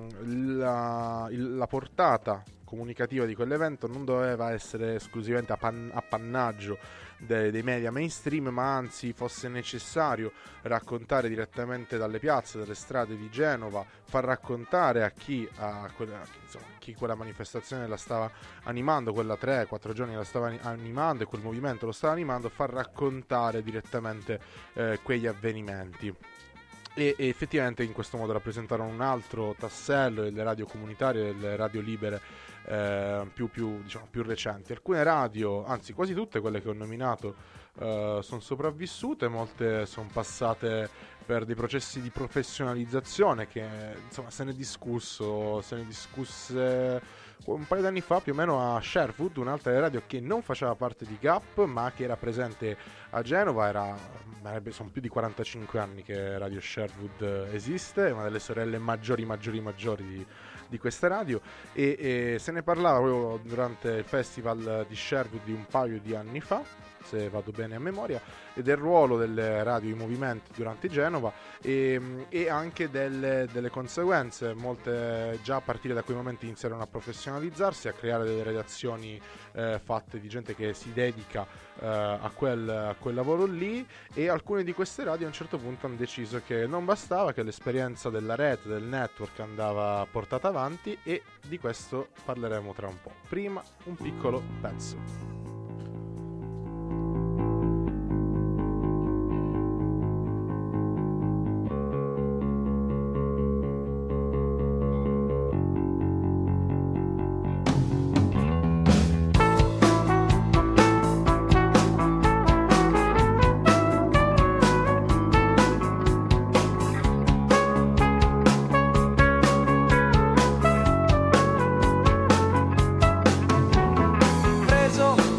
la portata comunicativa di quell'evento non doveva essere esclusivamente appannaggio dei media mainstream, ma anzi fosse necessario raccontare direttamente dalle piazze, dalle strade di Genova, far raccontare a chi quella manifestazione la stava animando, quella 3-4 giorni la stava animando e quel movimento lo stava animando, far raccontare direttamente quegli avvenimenti. E effettivamente in questo modo rappresentarono un altro tassello delle radio comunitarie, delle radio libere più recenti. Alcune radio, anzi quasi tutte quelle che ho nominato, sono sopravvissute, molte sono passate per dei processi di professionalizzazione che insomma se ne discusse un paio d'anni fa più o meno a Sherwood, un'altra radio che non faceva parte di GAP ma che era presente a Genova. Sono più di 45 anni che Radio Sherwood esiste, è una delle sorelle maggiori di questa radio e se ne parlava proprio durante il festival di Sherwood di un paio di anni fa, se vado bene a memoria, e del ruolo delle radio in movimento durante Genova e anche delle conseguenze. Molte già a partire da quei momenti iniziarono a professionalizzarsi, a creare delle redazioni fatte di gente che si dedica a quel lavoro lì, e alcune di queste radio a un certo punto hanno deciso che non bastava, che l'esperienza della rete, del network andava portata avanti, e di questo parleremo tra un po'. Prima un piccolo pezzo. Preso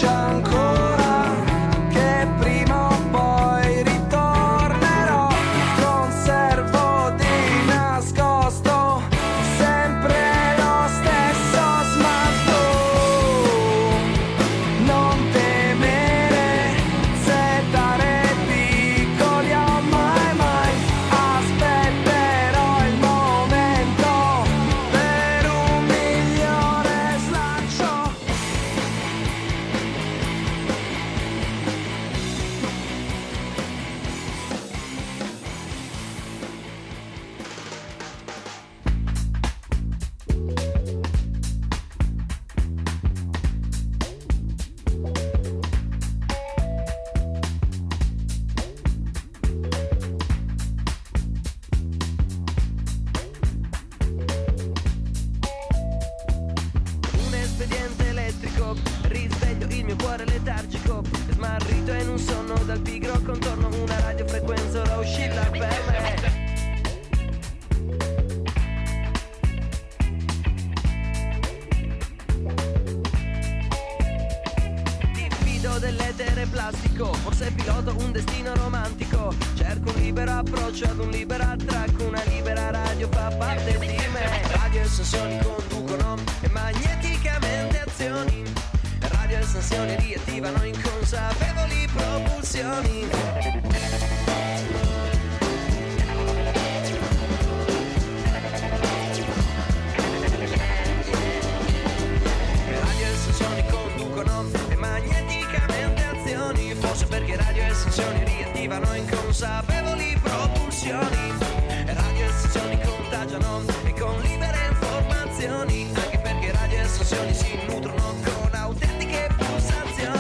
dice ancora che prima o poi ritornerò. Conservo di nascosto sempre lo stesso smalto. Non temere se dare piccoli o mai mai. Aspetterò il momento per un migliore slancio. Un espediente elettrico, risveglio il mio cuore letargico, smarrito in un sonno dal pigro contorno, una radiofrequenza ora oscilla per me. Diffido dell'etere plastico, forse piloto un destino romantico, cerco un libero approccio ad un libero attracco, una libera radio fa parte di me. Radio e sensazioni conducono e magneticamente azioni, radio e sensazioni riattivano inconsapevoli propulsioni. Radio e sensazioni conducono e magneticamente azioni, forse perché radio e sensazioni riattivano inconsapevoli propulsioni. Radio e sensazioni contagiano e con libere informazioni, anche perché radio e sensazioni si nutrono con autentiche pulsazioni.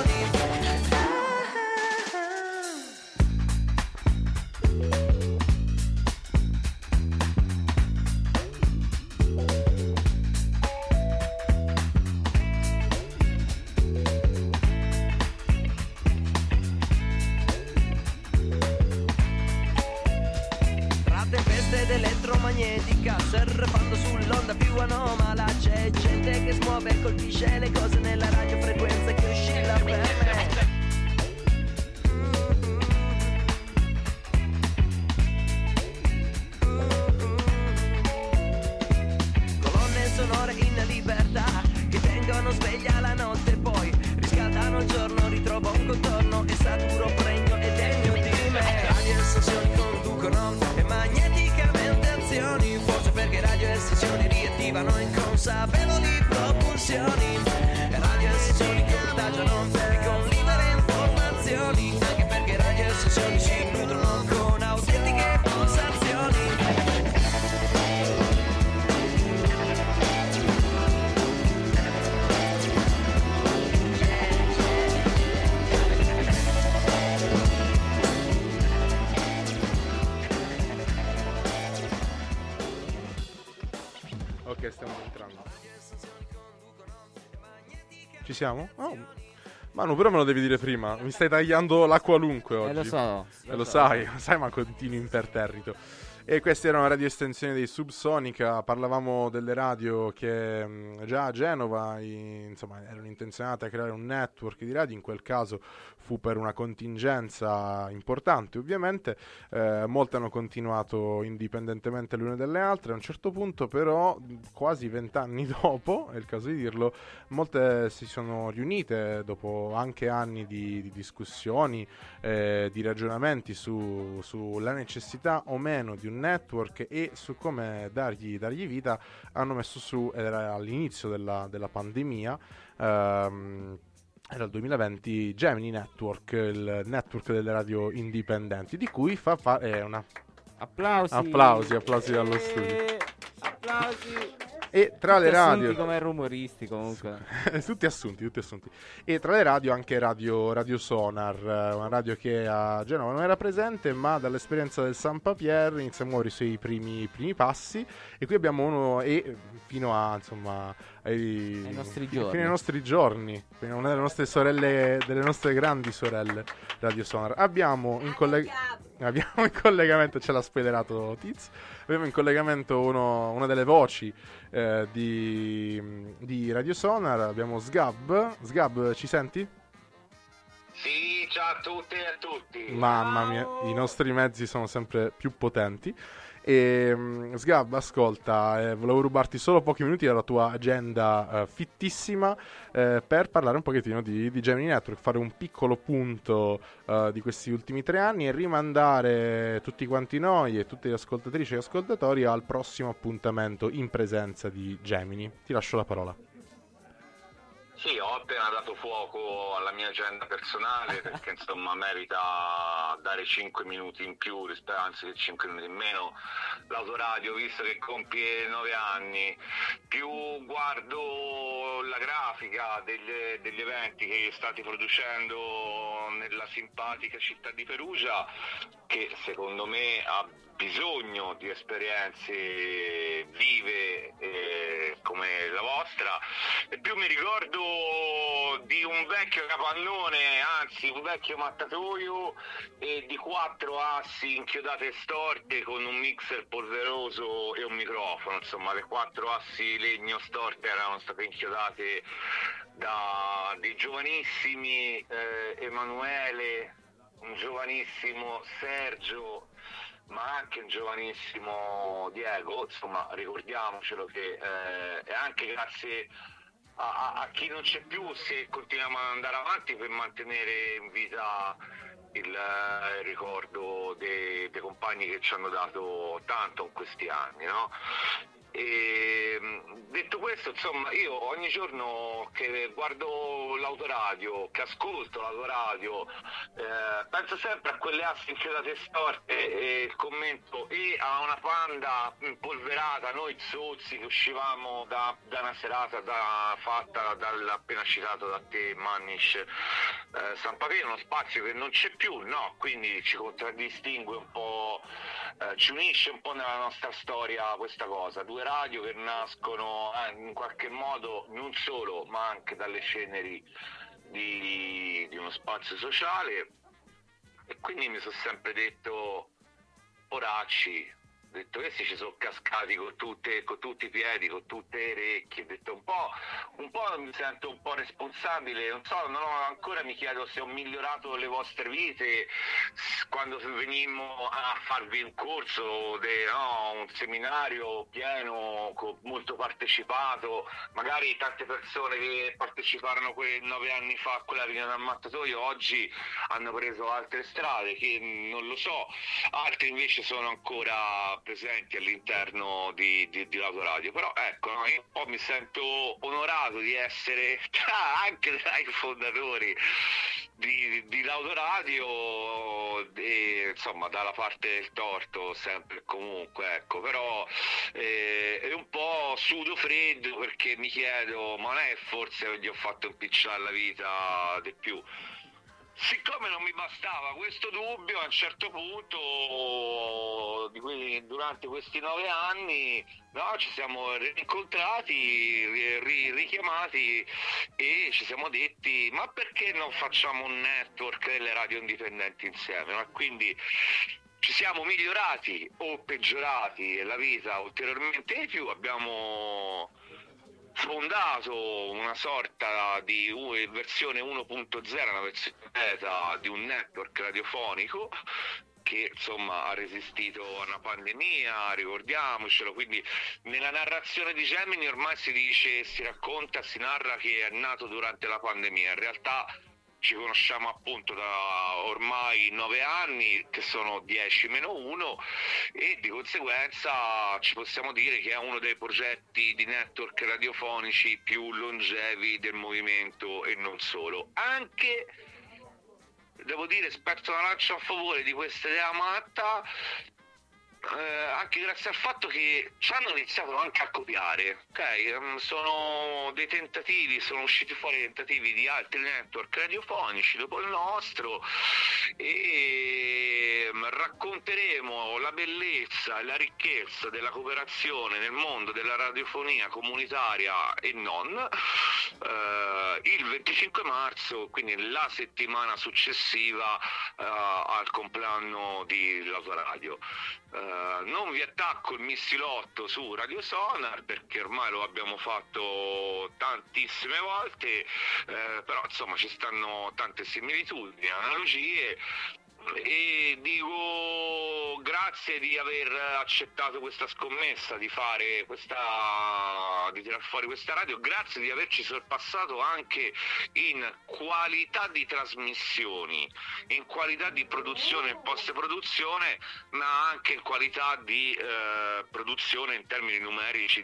Tra tempeste ed elettromagnetica, surfando sull'onda più anomala, c'è gente che smuove e colpisce le cose nella radiofrequenza che oscilla per me. Colonne sonore in libertà che tengono sveglia la notte, poi riscaldano il giorno, ritrovo un contorno e saturo pregno e degno di me. Radio e sensazioni conducono e magneticamente azioni, forse perché radio e sensazioni riattivano inconsapevoli propulsioni. Radio e sensazioni contagiano e con libere informazioni, anche perché radio e sensazioni si nutrono con autentiche pulsazioni. Ok, stiamo entrando. Ci siamo? Oh. Manu, però me lo devi dire prima. Mi stai tagliando la qualunque oggi. Lo so. Lo sai, ma continui imperterrito. E queste erano radio estensioni dei Subsonica. Parlavamo delle radio che già a Genova insomma erano intenzionate a creare un network di radio. In quel caso fu per una contingenza importante, ovviamente. Molte hanno continuato indipendentemente le une dalle altre. A un certo punto però, quasi 20 anni dopo, è il caso di dirlo, molte si sono riunite dopo anche anni di discussioni, di ragionamenti sulla necessità o meno di un network e su come dargli vita. Hanno messo su, era all'inizio della pandemia, era il 2020, Gemini Network, il network delle radio indipendenti, di cui fa una... Applausi dallo studio. Applausi. E tra le radio come rumoristi comunque. tutti assunti. E tra le radio anche Radio Sonar, una radio che a Genova non era presente, ma dall'esperienza del San Papier inizia a muovere i suoi primi passi. E qui abbiamo uno, e fino a insomma ai nostri fino giorni. ai nostri giorni, quindi una delle nostre sorelle, delle nostre grandi sorelle, Radio Sonar. Abbiamo in collegamento, ce l'ha spoilerato Tiz, abbiamo in collegamento una delle voci di Radio Sonar. Abbiamo Sgab, ci senti? Sì, ciao a tutte e a tutti. Mamma mia, i nostri mezzi sono sempre più potenti. E Sgab, ascolta, volevo rubarti solo pochi minuti dalla tua agenda fittissima per parlare un pochettino di Gemini Network, fare un piccolo punto di questi ultimi 3 anni e rimandare tutti quanti noi e tutte le ascoltatrici e ascoltatori al prossimo appuntamento in presenza di Gemini. Ti lascio la parola. Sì, ho appena dato fuoco alla mia agenda personale perché insomma merita dare 5 minuti in più, anzi 5 minuti in meno, l'autoradio, visto che compie 9 anni, più guardo la grafica degli eventi che state producendo nella simpatica città di Perugia, che secondo me ha bisogno di esperienze vive come la vostra, e più mi ricordo di un vecchio capannone, anzi un vecchio mattatoio, e di 4 assi inchiodate storte con un mixer polveroso e un microfono. Insomma, le 4 assi legno storte erano state inchiodate da dei giovanissimi Emanuele, un giovanissimo Sergio, ma anche un giovanissimo Diego. Insomma, ricordiamocelo che è anche grazie a chi non c'è più se continuiamo ad andare avanti per mantenere in vita il ricordo dei compagni che ci hanno dato tanto in questi anni, no? E, detto questo, insomma, io ogni giorno che guardo l'autoradio, che ascolto l'autoradio, penso sempre a quelle assi inchiodate storte e il commento e a una Panda impolverata, noi zozzi che uscivamo da una serata fatta appena citato da te, Mannish, San Papino, uno spazio che non c'è più, no? Quindi ci contraddistingue un po', ci unisce un po' nella nostra storia questa cosa, 2 radio che nascono in qualche modo non solo ma anche dalle ceneri di uno spazio sociale, e quindi mi sono sempre detto, poracci, ho detto, questi ci sono cascati con tutti i piedi, con tutte le orecchie, ho detto un po' mi sento un po' responsabile, non so, ancora mi chiedo se ho migliorato le vostre vite quando venimmo a farvi un corso, un seminario pieno, molto partecipato, magari tante persone che parteciparono 9 anni fa a quella riunione al mattatoio oggi hanno preso altre strade, che non lo so, altri invece sono ancora presenti all'interno di l'autoradio. Però ecco, no, io un po' mi sento onorato di essere anche tra i fondatori di l'autoradio, e insomma dalla parte del torto sempre e comunque, ecco. Però è un po' sudo freddo perché mi chiedo, ma non è forse gli ho fatto impicciare la vita di più? Siccome non mi bastava questo dubbio, a un certo punto durante questi 9 anni, no, ci siamo rincontrati, richiamati, e ci siamo detti, ma perché non facciamo un network delle radio indipendenti insieme? Ma quindi ci siamo migliorati o peggiorati la vita ulteriormente di più, abbiamo fondato una sorta di versione 1.0, una versione beta di un network radiofonico che insomma ha resistito a una pandemia, ricordiamocelo. Quindi nella narrazione di Gemini ormai si racconta, si narra che è nato durante la pandemia. In realtà ci conosciamo appunto da ormai 9 anni, che sono 10 meno 1, e di conseguenza ci possiamo dire che è uno dei progetti di network radiofonici più longevi del movimento, e non solo. Anche, devo dire, spezzo una lancia a favore di questa idea matta, anche grazie al fatto che ci hanno iniziato anche a copiare, ok? Sono dei tentativi, sono usciti fuori tentativi di altri network radiofonici dopo il nostro, e racconteremo la bellezza e la ricchezza della cooperazione nel mondo della radiofonia comunitaria e non, il 25 marzo, quindi la settimana successiva al compleanno di L'Autoradio. non vi attacco il missilotto su Radio Sonar perché ormai lo abbiamo fatto tantissime volte, però insomma ci stanno tante similitudini, analogie. E dico grazie di aver accettato questa scommessa, di tirar fuori questa radio, grazie di averci sorpassato anche in qualità di trasmissioni, in qualità di produzione e post-produzione, ma anche in qualità di produzione in termini numerici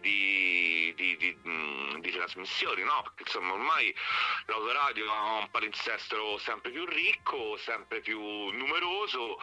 di trasmissioni, no? Perché insomma ormai l'autoradio ha un palinsesto sempre più ricco, sempre più numeroso,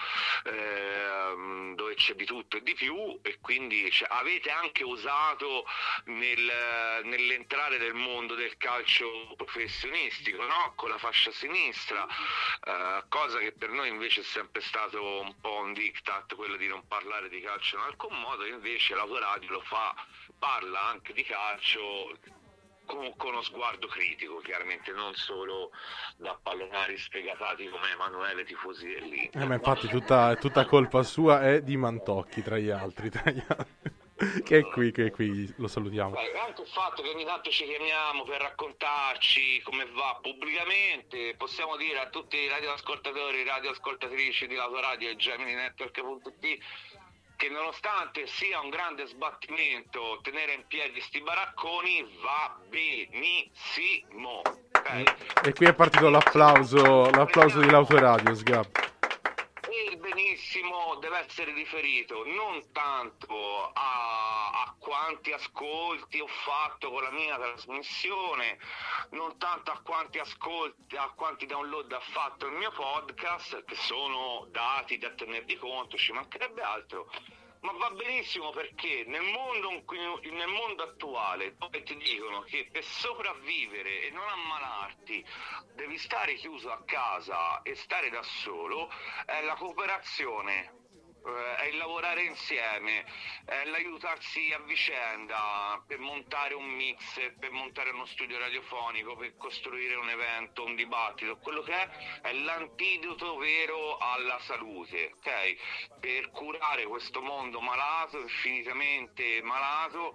dove c'è di tutto e di più, e quindi avete anche osato nell'entrare nel mondo del calcio professionistico, no? Con la fascia sinistra, cosa che per noi invece è sempre stato un po' un diktat, quello di non parlare di calcio in alcun modo. Invece l'autoradio parla anche di calcio con uno sguardo critico, chiaramente, non solo da pallonari sfegatati come Emanuele, tifosi dell'Inter. Ma infatti è tutta colpa sua e di Mantocchi, tra gli altri. che è qui, lo salutiamo. Anche il fatto che ogni tanto ci chiamiamo per raccontarci come va pubblicamente, possiamo dire a tutti i radioascoltatori, radioascoltatrici di L'Autoradio e GeminiNetwork.it che nonostante sia un grande sbattimento tenere in piedi sti baracconi, va benissimo. Okay? E qui è partito l'applauso di L'Autoradio, Sgab. E il benissimo deve essere riferito non tanto a quanti ascolti ho fatto con la mia trasmissione, non tanto a quanti ascolti, a quanti download ha fatto il mio podcast, che sono dati da tenerli conto, ci mancherebbe altro, ma va benissimo perché nel mondo attuale, dove ti dicono che per sopravvivere e non ammalarti devi stare chiuso a casa e stare da solo, è la cooperazione, è il lavorare insieme, è l'aiutarsi a vicenda per montare un mix, per montare uno studio radiofonico, per costruire un evento, un dibattito, quello che è l'antidoto vero alla salute, ok? Per curare questo mondo malato, infinitamente malato,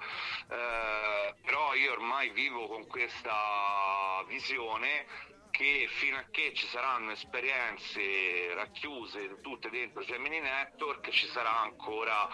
però io ormai vivo con questa visione che fino a che ci saranno esperienze racchiuse tutte dentro Gemini Network ci sarà ancora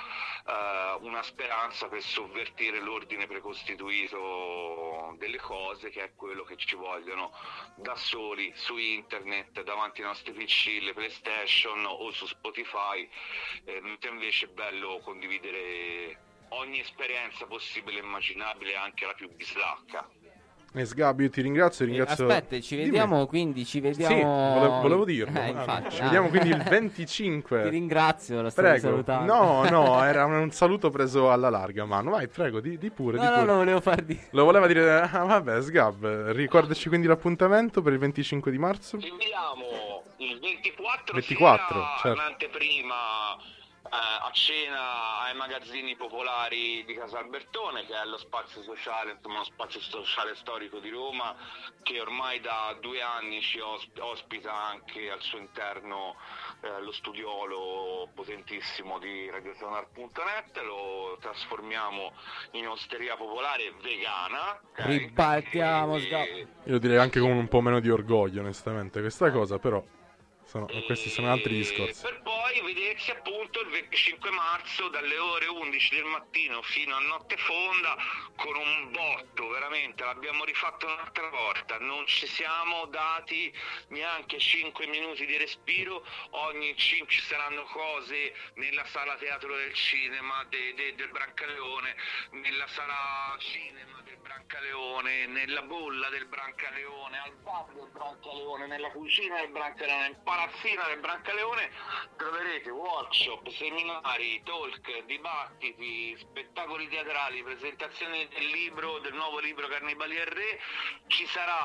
una speranza per sovvertire l'ordine precostituito delle cose, che è quello che ci vogliono da soli su internet, davanti ai nostri PC, le PlayStation o su Spotify, mentre invece è bello condividere ogni esperienza possibile e immaginabile, anche la più bislacca. Sgab, io ti ringrazio. Aspetta, ci vediamo. Sì, volevo dirlo. Infatti, ci vediamo quindi il 25. Ti ringrazio, lo prego. salutando. No, era un saluto preso alla larga, Manu. Vai, prego, di pure. No, lo volevo far dire. Lo voleva dire. Vabbè, Sgab, ricordaci quindi l'appuntamento per il 25 di marzo. Ci vediamo il 24 sera, certo. Un'anteprima a cena ai magazzini popolari di Casa Albertone, che è lo spazio sociale, insomma uno spazio sociale storico di Roma, che ormai da 2 anni ci ospita anche al suo interno lo studiolo potentissimo di radiosonar.net. Lo trasformiamo in osteria popolare vegana, okay? Ribaltiamo, io direi anche con un po' meno di orgoglio, onestamente, questa cosa, però questi sono altri discorsi. Per poi vedersi appunto il 25 marzo dalle ore 11 del mattino fino a notte fonda con un botto, veramente l'abbiamo rifatto un'altra volta, non ci siamo dati neanche 5 minuti di respiro, ci saranno cose nella sala teatro del cinema del Brancaleone, nella sala cinema del Brancaleone, nella bolla del Brancaleone, al bar del Brancaleone, nella cucina del Brancaleone, in palazzina del Brancaleone troverete workshop, seminari, talk, dibattiti, spettacoli teatrali, presentazioni del nuovo libro Carnibali e Re. Ci sarà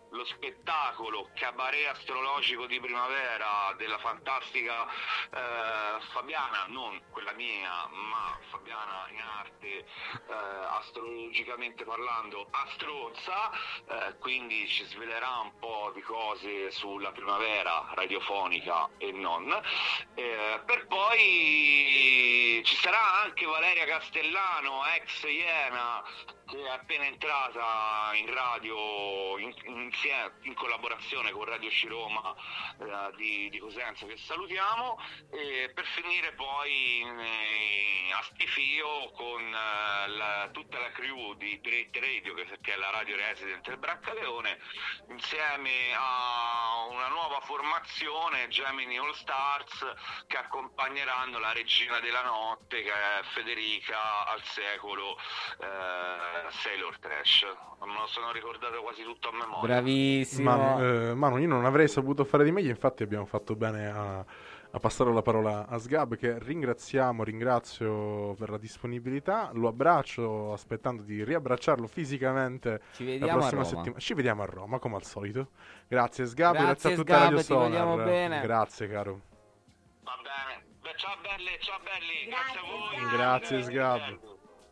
lo spettacolo Cabaret Astrologico di Primavera della fantastica Fabiana, non quella mia, ma Fabiana in arte, astrologicamente parlando, Astronza, quindi ci svelerà un po' di cose sulla primavera radiofonica e non, per poi ci sarà anche Valeria Castellano, ex Iena, che è appena entrata in radio in collaborazione con Radio Ciroma di Cosenza, che salutiamo, e per finire poi a Stifio con tutta la crew di Pirate Radio, che è la radio resident del Brancaleone, insieme a una nuova formazione, Gemini All Stars, che accompagneranno la regina della notte, che è Federica al secolo Sailor Trash. Me lo sono ricordato quasi tutto a memoria. Bravissimo. Manu, io non avrei saputo fare di meglio, infatti abbiamo fatto bene a passare la parola a Sgab, che ringrazio per la disponibilità, lo abbraccio aspettando di riabbracciarlo fisicamente la prossima settimana. Ci vediamo a Roma come al solito. Grazie Sgab, grazie a tutta Radio Sonar. Bene. Grazie caro. Va bene. Ciao belli, grazie a voi. Grazie Sgab.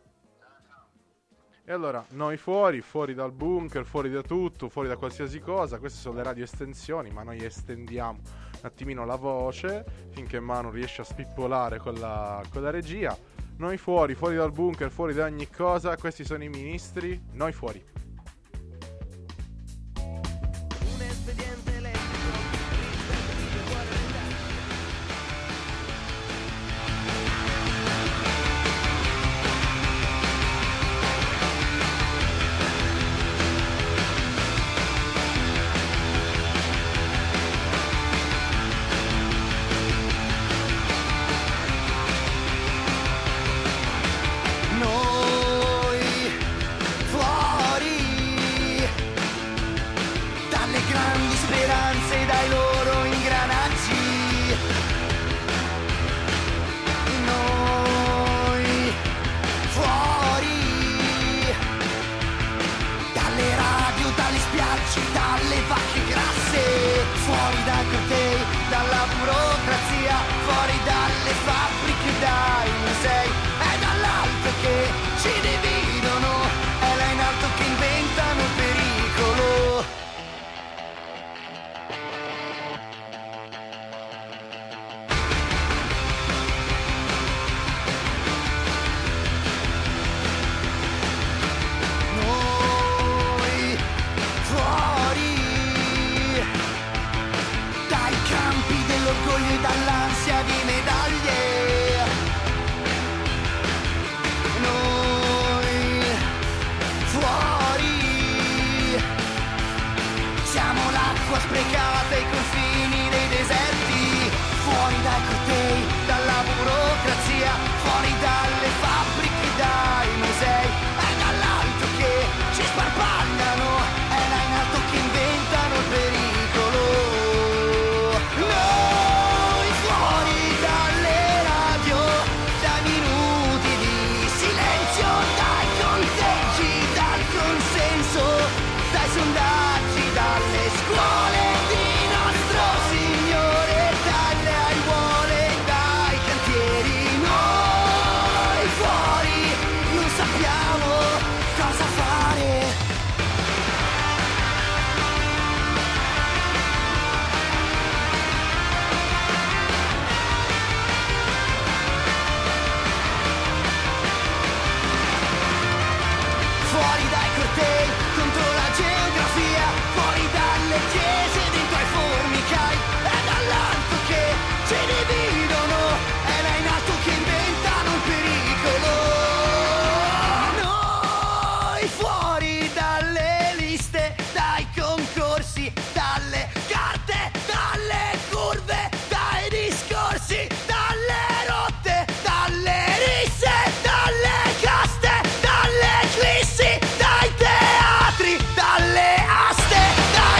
E allora, noi fuori dal bunker, fuori da tutto, fuori da qualsiasi cosa, queste sono le radio estensioni, ma noi estendiamo un attimino la voce finché Manu riesce a spippolare con la regia. Noi fuori dal bunker, fuori da ogni cosa, questi sono i ministri, noi fuori. Un espediente elettrico.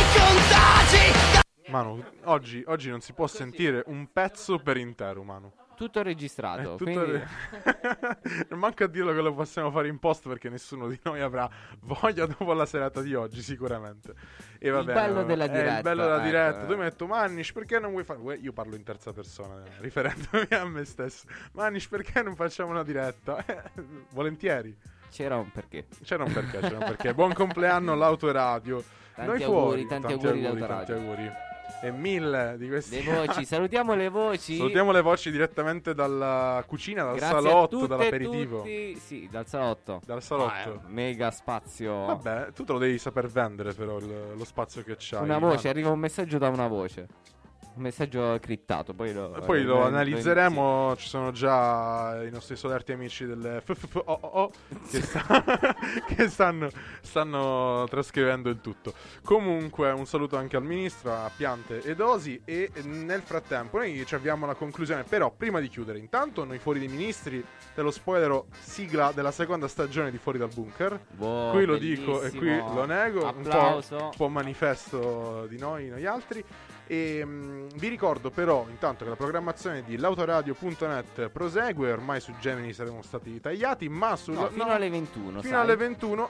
Manu, oggi non si può sentire un pezzo per intero, Manu. Tutto registrato. È tutto quindi... Non manco a dirlo che lo possiamo fare in post perché nessuno di noi avrà voglia dopo la serata di oggi sicuramente. E va Il bene, bello della diretta, il bello della ecco. diretta. Tu mi hai detto Mannish perché non vuoi fare? Io parlo in terza persona riferendomi a me stesso. Mannish perché non facciamo una diretta? Volentieri. C'era un perché. C'era un perché. Buon compleanno all'autoradio. Tanti Noi auguri, fuori. tanti auguri all'autoradio. Tanti auguri. E 1000 di questi. Le voci, salutiamo le voci. Salutiamo le voci direttamente dalla cucina, dal Grazie a salotto, tutte e dall'aperitivo. tutti. Sì, dal salotto. Dal salotto. Mega spazio. Vabbè, tu te lo devi saper vendere però lo spazio che c'hai. Una voce, arriva un messaggio da una voce. Un messaggio criptato, poi lo analizzeremo. Ci sono già i nostri solerti amici del FFO che stanno trascrivendo il tutto. Comunque un saluto anche al ministro, a Piante e Dosi. E nel frattempo noi ci avviamo alla conclusione. Però prima di chiudere, intanto noi fuori dei ministri, te lo spoilerò, sigla della seconda stagione di Fuori dal Bunker. Qui lo dico e qui lo nego. Applauso. Un po' manifesto di noi altri. E vi ricordo però intanto che la programmazione di l'autoradio.net prosegue. Ormai su Gemini saremo stati tagliati, ma fino alle 21. Fino alle 21.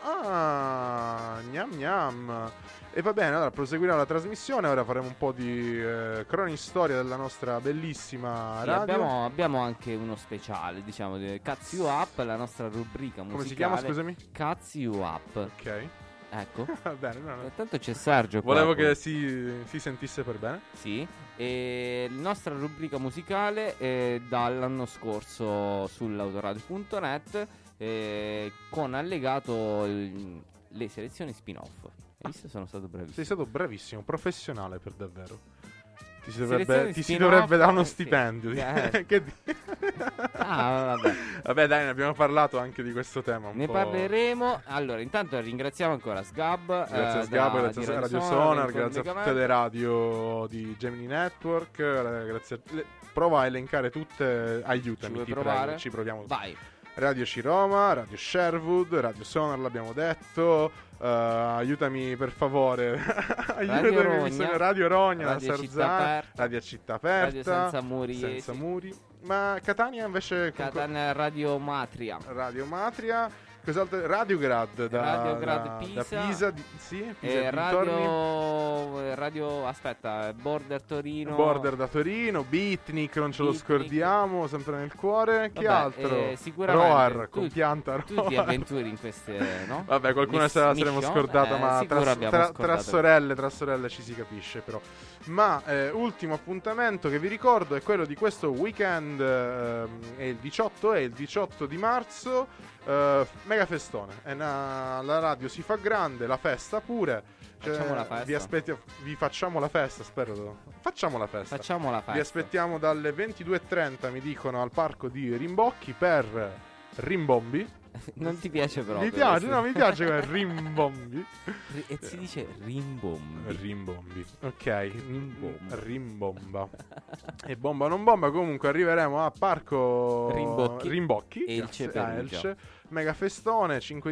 Gnam. E va bene, allora proseguirà la trasmissione. Ora faremo un po' di cronistoria della nostra bellissima radio. Abbiamo anche uno speciale, diciamo, di Cats You Up, la nostra rubrica musicale. Come si chiama, scusami? Cats You Up. Ok. Ecco. Va bene, no. Intanto c'è Sergio qua. Volevo che si sentisse per bene. Sì. E la nostra rubrica musicale è dall'anno scorso sull'autoradio.net con allegato le selezioni spin-off. Hai visto? Sono stato bravissimo. Sei stato bravissimo, professionale per davvero. Ti si Selezioni dovrebbe dare uno sì. stipendio. Che vabbè. Vabbè, dai, ne abbiamo parlato anche di questo tema. Ne parleremo. Allora, intanto ringraziamo ancora Sgab. Grazie a Sgab, grazie a Radio Sonar, grazie a tutte le radio di Gemini Network. Grazie prova a elencare tutte. Aiutami, ti prego. Ci proviamo. Vai. Radio Ciroma, Radio Sherwood, Radio Sonar, l'abbiamo detto. Aiutami per favore. Radio Rogna, Radio Rogna, Radio la Città Radio Città Aperta, Radio Senza Muri. Senza Muri. Ma Catania invece. Catania Radio Matria. Radio Matria. Cos'altro? Radiograd da Pisa, Pisa Radio aspetta, Border Torino. Border da Torino, Beatnik, non ce lo scordiamo, sempre nel cuore. Chi altro? Sicuramente Roar, con pianta Roar. Tu ti avventuri in queste, no? Vabbè, qualcuna se la saremo scordata, ma tra sorelle ci si capisce però. Ma ultimo appuntamento che vi ricordo è quello di questo weekend, è il 18 di marzo. Mega festone. La radio si fa grande, la festa pure. Facciamo la festa. Vi facciamo la festa, spero. Facciamo la festa. Vi aspettiamo dalle 22:30, mi dicono, al parco di Rimbocchi per Rimbombi. Non ti piace proprio? Mi piace come Rimbombi. E si dice Rimbombi. Ok. Rimbomba. E bomba non bomba. Comunque arriveremo a parco Rimbocchi. Elce. Mega festone, 5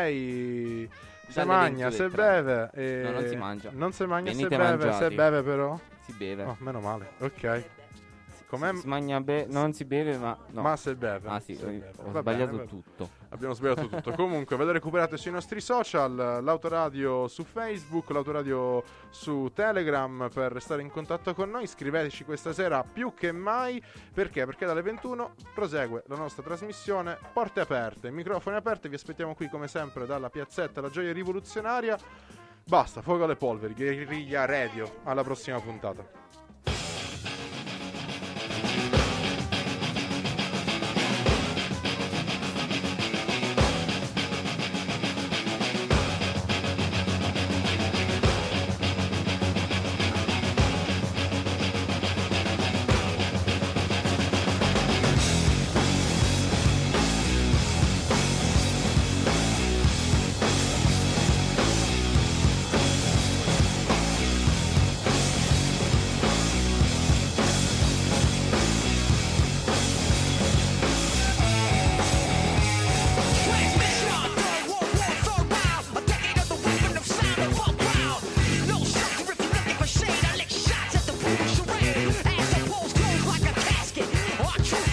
DJ. Se magna, se beve. No, non si mangia. Non si magna, Venite se beve. mangiati. Se beve però. Si beve. Oh, meno male. Ok. Com'è? Si magna non si beve, ma no. Ma se beve. Ah sì, beve. ho sbagliato tutto. Abbiamo sbagliato tutto. Comunque ve lo recuperate sui nostri social, l'Autoradio su Facebook, l'Autoradio su Telegram, per restare in contatto con noi. Scriveteci questa sera più che mai. Perché? Perché dalle 21 prosegue la nostra trasmissione. Porte aperte, microfoni aperti. Vi aspettiamo qui come sempre dalla piazzetta La Gioia Rivoluzionaria. Basta, fuoco alle polveri, Guerriglia Radio. Alla prossima puntata. Our truth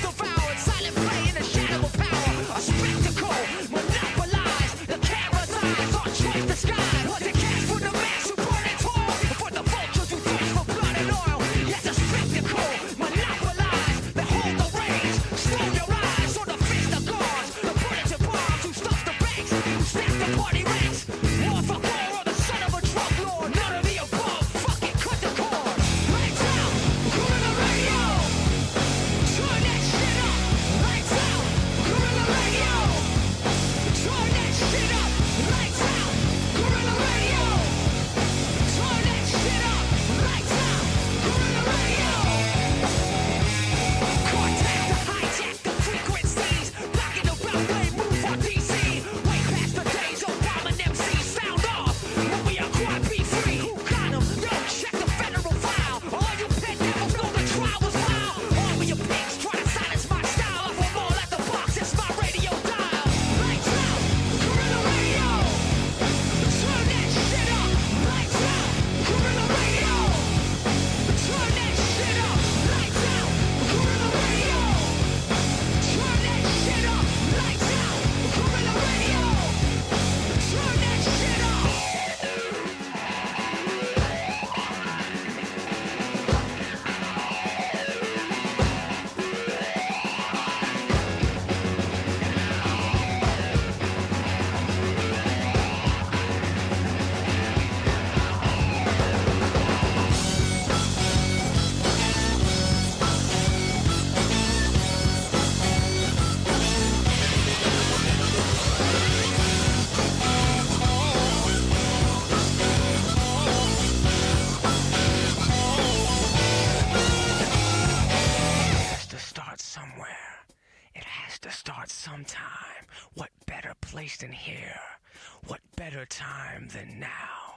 placed in here. What better time than now?